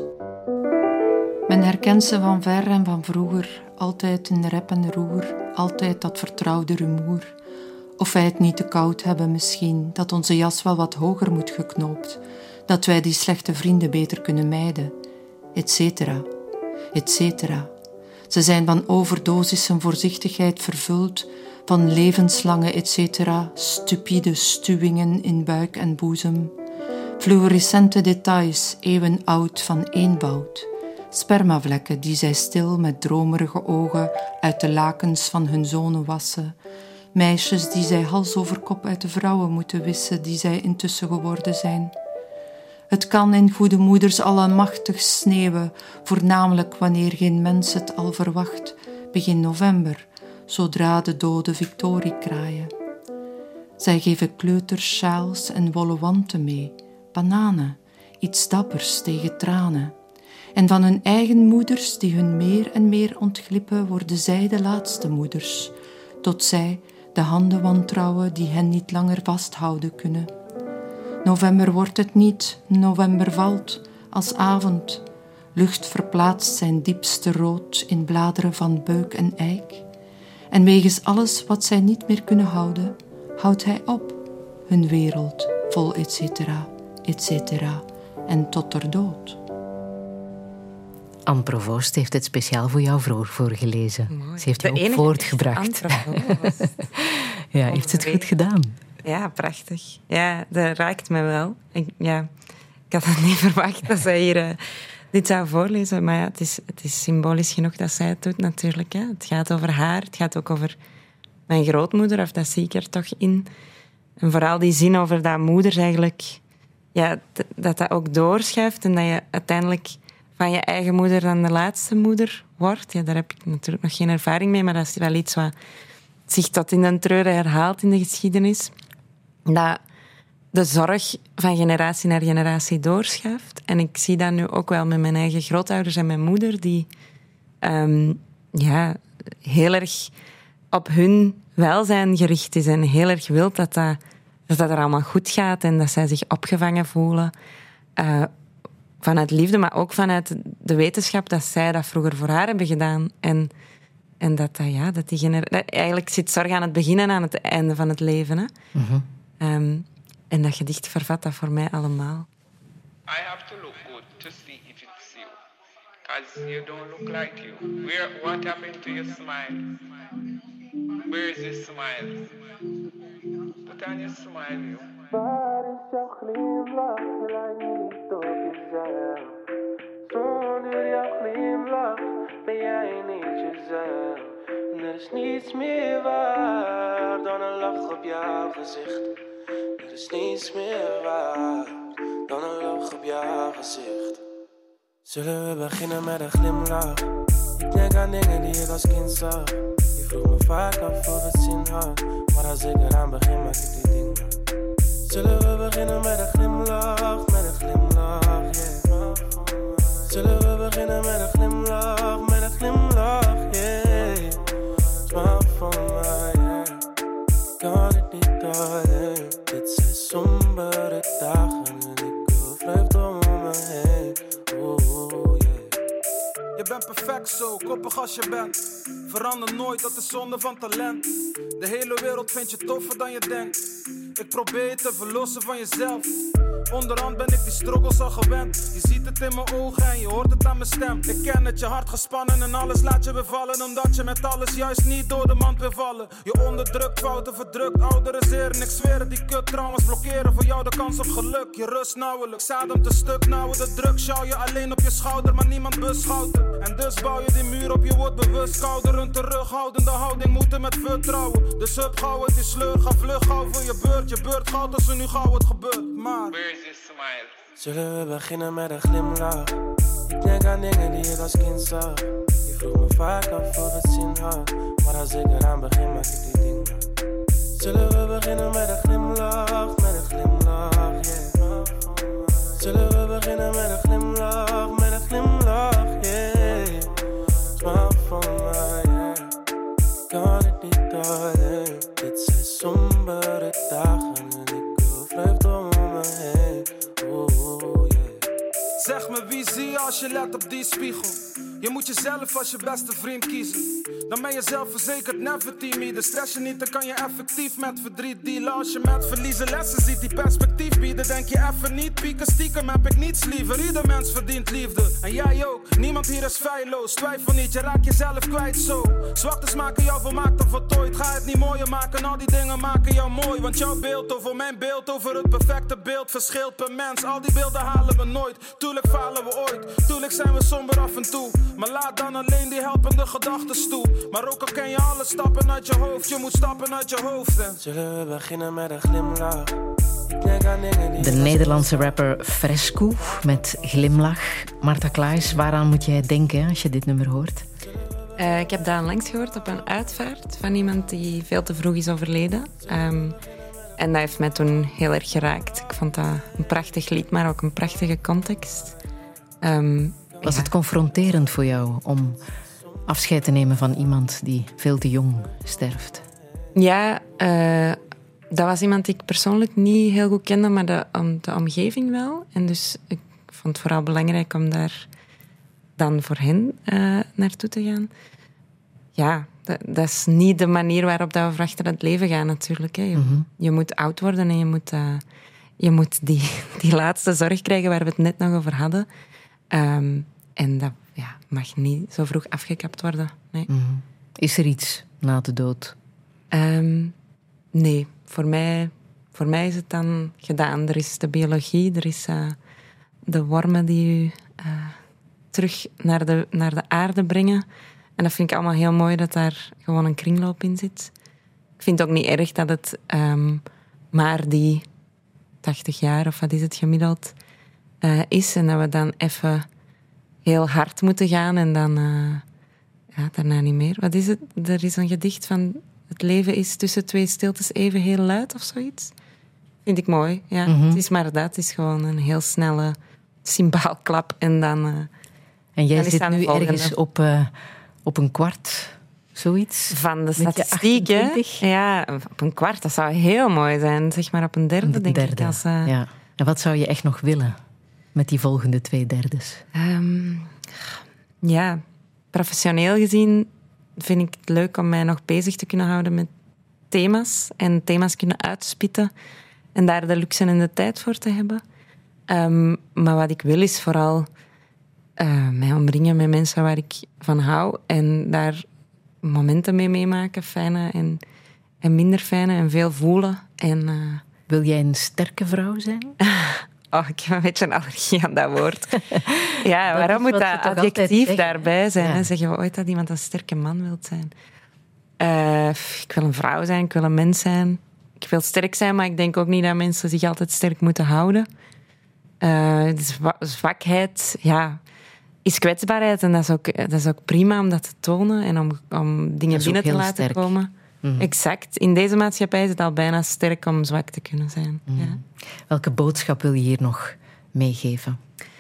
Men herkent ze van ver en van vroeger, altijd in rep en roer, altijd dat vertrouwde rumoer. Of wij het niet te koud hebben misschien, dat onze jas wel wat hoger moet geknoopt, dat wij die slechte vrienden beter kunnen mijden, et cetera, et cetera. Ze zijn van overdosissen voorzichtigheid vervuld, van levenslange et cetera, stupide stuwingen in buik en boezem, fluorescente details, eeuwenoud van eenvoud, spermavlekken die zij stil met dromerige ogen uit de lakens van hun zonen wassen, meisjes die zij hals over kop uit de vrouwen moeten wissen die zij intussen geworden zijn. Het kan in goede moeders allemachtig sneeuwen, voornamelijk wanneer geen mens het al verwacht, begin november, zodra de dode victorie kraaien. Zij geven kleuters sjaals en wollen wanten mee, bananen, iets dappers tegen tranen. En van hun eigen moeders, die hun meer en meer ontglippen, worden zij de laatste moeders, tot zij de handen wantrouwen die hen niet langer vasthouden kunnen. November wordt het niet, november valt als avond. Lucht verplaatst zijn diepste rood in bladeren van beuk en eik. En wegens alles wat zij niet meer kunnen houden, houdt hij op, hun wereld vol et cetera, et cetera, en tot ter dood. Anne Provoost heeft het speciaal voor jou voor, voorgelezen. Mooi. Ze heeft De je ook enige voortgebracht. echte Ja, heeft ze het goed gedaan? Ja, prachtig. Ja, dat raakt me wel. Ik, ja, ik had het niet verwacht dat zij hier uh, dit zou voorlezen. Maar ja, het is, het is symbolisch genoeg dat zij het doet natuurlijk. Hè. Het gaat over haar. Het gaat ook over mijn grootmoeder. Of dat zie ik er toch in. En vooral die zin over dat moeders eigenlijk... Ja, d- dat dat ook doorschuift. En dat je uiteindelijk van je eigen moeder dan de laatste moeder wordt. Ja, daar heb ik natuurlijk nog geen ervaring mee. Maar dat is wel iets wat zich tot in den treuren herhaalt in de geschiedenis. Dat de zorg van generatie naar generatie doorschuift. En ik zie dat nu ook wel met mijn eigen grootouders en mijn moeder, die um, ja, heel erg op hun welzijn gericht is en heel erg wil dat dat, dat dat er allemaal goed gaat en dat zij zich opgevangen voelen. Uh, vanuit liefde, maar ook vanuit de wetenschap dat zij dat vroeger voor haar hebben gedaan. En, en dat, dat, ja, dat die generatie... Eigenlijk zit zorg aan het begin en aan het einde van het leven. Hè? Mm-hmm. Um, en dat gedicht vervat dat voor mij allemaal. I have to look good to see if it's you. Cause you don't look like you. Where, what happened to your smile? Where is your smile? Put on your smile, you. Waar is jouw glimlach? Lijkt niet op jezelf. Zonder jouw glimlach ben jij niet jezelf. En er is niets meer waar dan een lach op jouw gezicht. Er is niets meer waar dan een lach op jouw gezicht. Zullen we beginnen met een glimlach? Ik denk aan dingen die ik als kind zag. Ik vroeg me vaak af of het zin had. Maar als ik eraan begin, maak ik dit ding af. Zullen we beginnen met een glimlach, met een glimlach, yeah. Zullen we beginnen met een glimlach, met een glimlach, yeah. Smile for mij, yeah. Kan het niet houden. Dit zijn sombere dagen en ik wil vreugde om me heen. Oh, yeah. Je bent perfect zo, koppig als je bent. Verander nooit, dat is zonde van talent. De hele wereld vindt je toffer dan je denkt. Ik probeer je te verlossen van jezelf. Onderhand ben ik die struggles al gewend. Je ziet het in mijn ogen en je hoort het aan mijn stem. Ik ken het, je hart gespannen en alles laat je bevallen. Omdat je met alles juist niet door de mand wil vallen. Je onderdrukt, fouten verdrukt, oudere zeer. En ik zweer het, die kut trauma's blokkeren voor jou de kans op geluk. Je rust nauwelijks, ademt een stuk nauwer. De druk sjouw je alleen op je schouder, maar niemand beschouwt het. En dus bouw je die muur op, je wordt bewust kouder. Een terughoudende houding moeten met vertrouwen. Dus hup gauw het die sleur, ga vlug gauw voor je beurt. Je beurt goud als er nu gauw het gebeurt, maar... Smile. Zullen we beginnen met een glimlach? Ik denk aan dingen die ik als kind zag. Ik vroeg me vaak af of het zin had. Maar als ik eraan begin, maak ik dit ding af. Zullen we beginnen met een glimlach, met een glimlach, yeah. Zullen we beginnen met een glimlach, met een glimlach, yeah. Smile for mij, yeah. Kan het niet houden. Dit zijn sombere dagen en ik wil vreugde om me heen. Oh, yeah. Zeg me wie je let op die spiegel. Je moet jezelf als je beste vriend kiezen. Dan ben je zelfverzekerd, never timide. Stress je niet, dan kan je effectief met verdriet dealen. Als je met verliezen lessen ziet die perspectief bieden, denk je even niet pieken. Stiekem heb ik niets liever, ieder mens verdient liefde. En jij ook, niemand hier is feilloos. Twijfel niet, je raakt jezelf kwijt zo. Zwaktes maken jou volmaakt en voltooid. Ga het niet mooier maken, al die dingen maken jou mooi. Want jouw beeld over mijn beeld, over het perfecte beeld verschilt per mens. Al die beelden halen we nooit, tuurlijk falen we ooit. Tuurlijk zijn we somber af en toe, maar laat dan alleen die helpende gedachten toe. Maar ook al ken je alle stappen uit je hoofd, je moet stappen uit je hoofd. En... Zullen we beginnen met een glimlach? Ik denk aan dingen die... De Nederlandse rapper Fresco met Glimlach. Marta Klaes, waaraan moet jij denken als je dit nummer hoort? Uh, ik heb dat langs gehoord op een uitvaart van iemand die veel te vroeg is overleden. Um, en dat heeft mij toen heel erg geraakt. Ik vond dat een prachtig lied, maar ook een prachtige context. Um, Was ja. het confronterend voor jou om afscheid te nemen van iemand die veel te jong sterft? Ja, uh, dat was iemand die ik persoonlijk niet heel goed kende, maar de, om, de omgeving wel. En dus ik vond het vooral belangrijk om daar dan voor hen uh, naartoe te gaan. Ja, dat, dat is niet de manier waarop dat we voor achter het leven gaan natuurlijk. Hè. Je, mm-hmm. je moet oud worden en je moet, uh, je moet die, die laatste zorg krijgen waar we het net nog over hadden. Um, en dat ja, mag niet zo vroeg afgekapt worden. Nee. Mm-hmm. Is er iets na de dood? Um, nee, voor mij, voor mij is het dan gedaan. Er is de biologie, er is uh, de wormen die u uh, terug naar de, naar de aarde brengen. En dat vind ik allemaal heel mooi dat daar gewoon een kringloop in zit. Ik vind het ook niet erg dat het um, maar die tachtig jaar, of wat is het gemiddeld, uh, is. En dat we dan even heel hard moeten gaan en dan uh, ja, daarna niet meer. Wat is het? Er is een gedicht van... Het leven is tussen twee stiltes even heel luid of zoiets. Vind ik mooi, ja. Mm-hmm. Het is maar dat. Het is gewoon een heel snelle cymbaalklap en dan... Uh, en jij dan zit nu ergens op, uh, op een kwart, zoiets? Van de statistiek, hè? Ja, op een kwart. Dat zou heel mooi zijn. Zeg maar op een derde, een denk derde. ik. Als, uh... ja. En wat zou je echt nog willen met die volgende twee derdes? Um, ja, professioneel gezien... vind ik het leuk om mij nog bezig te kunnen houden met thema's. En thema's kunnen uitspitten. En daar de luxe en de tijd voor te hebben. Um, maar wat ik wil is vooral uh, mij omringen met mensen waar ik van hou. En daar momenten mee meemaken. Fijne en, en minder fijne. En veel voelen. En, uh... Wil jij een sterke vrouw zijn? Oh, ik heb een beetje een allergie aan dat woord. Ja, dat waarom moet dat adjectief daarbij zijn? Ja. Zeggen we ooit dat iemand een sterke man wil zijn? Uh, ik wil een vrouw zijn, ik wil een mens zijn. Ik wil sterk zijn, maar ik denk ook niet dat mensen zich altijd sterk moeten houden. Uh, zwa- zwakheid, ja, is kwetsbaarheid. En dat is, ook, dat is ook prima om dat te tonen en om, om dingen binnen te laten sterk. komen. Mm-hmm. Exact. In deze maatschappij is het al bijna sterk om zwak te kunnen zijn. Mm-hmm. Ja. Welke boodschap wil je hier nog meegeven?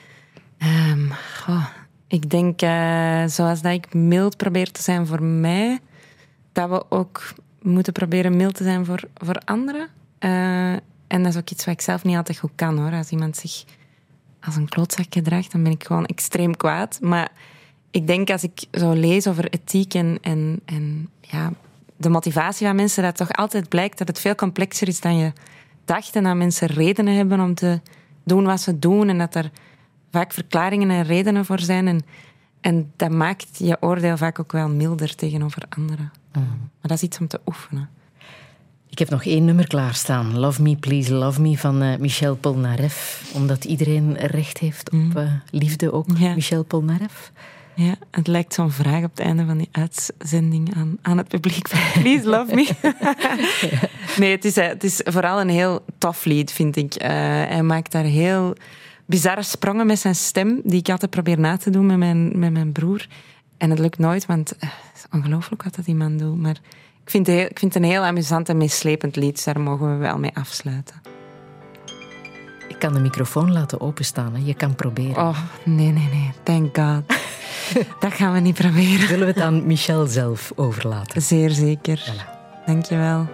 Um, oh, ik denk, uh, zoals dat ik mild probeer te zijn voor mij, dat we ook moeten proberen mild te zijn voor, voor anderen. Uh, en dat is ook iets wat ik zelf niet altijd goed kan, hoor. Als iemand zich als een klootzak gedraagt, dan ben ik gewoon extreem kwaad. Maar ik denk, als ik zo lees over ethiek en, en, en ja... de motivatie van mensen, dat toch altijd blijkt dat het veel complexer is dan je dacht en dat mensen redenen hebben om te doen wat ze doen en dat er vaak verklaringen en redenen voor zijn. En, en dat maakt je oordeel vaak ook wel milder tegenover anderen. Mm. Maar dat is iets om te oefenen. Ik heb nog één nummer klaarstaan. Love Me, Please Love Me van uh, Michel Polnareff. Omdat iedereen recht heeft op uh, liefde, ook ja. Michel Polnareff. Ja, het lijkt zo'n vraag op het einde van die uitzending aan, aan het publiek. Please love me. Nee, het is, het is vooral een heel tof lied, vind ik. Uh, hij maakt daar heel bizarre sprongen met zijn stem, die ik altijd probeer na te doen met mijn, met mijn broer. En het lukt nooit, want uh, het is ongelooflijk wat dat die man doet. Maar ik vind, het heel, ik vind het een heel amusant en meeslepend lied, dus daar mogen we wel mee afsluiten. Ik kan de microfoon laten openstaan, hè. Je kan proberen. Oh, nee, nee, nee. Thank God. Dat gaan we niet proberen. Zullen we het aan Michel zelf overlaten? Zeer zeker. Voilà. Dank je wel.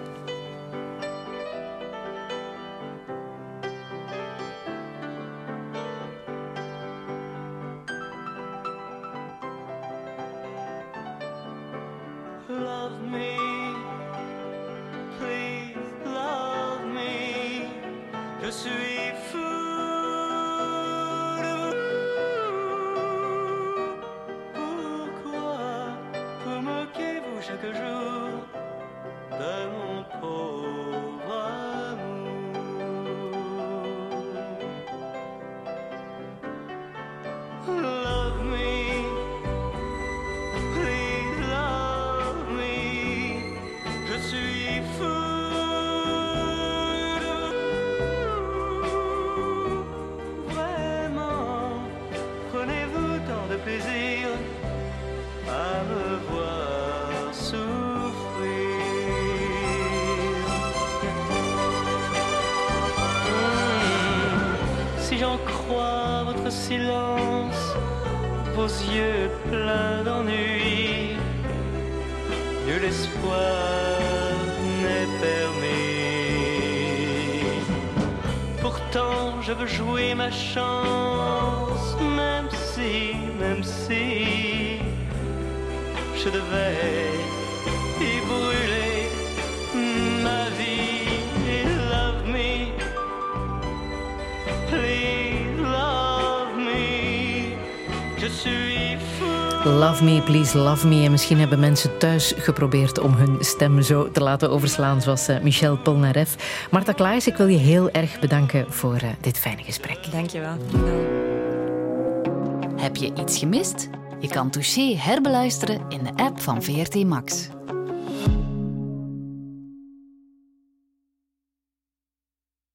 love me. Please love me. Je suis fou de vous. Pourquoi vous moquez-vous chaque jour de mon pauvre amour? Love me, please love me. Je suis fou de vous. Vraiment, prenez-vous tant de plaisir à me voir souffrir. Mmh. Si j'en crois votre silence, vos yeux pleins d'ennui, nul espoir n'est permis. Pourtant je veux jouer ma chance, même si, même si je devais y brûler ma vie. Love me, please love me. Je suis fou. Love Me, Please Love Me. En misschien hebben mensen thuis geprobeerd om hun stem zo te laten overslaan, zoals uh, Michel Polnareff. Marta Klaes, ik wil je heel erg bedanken voor uh, dit fijne gesprek. Dank je wel. Heb je iets gemist? Je kan Touché herbeluisteren in de app van V R T Max.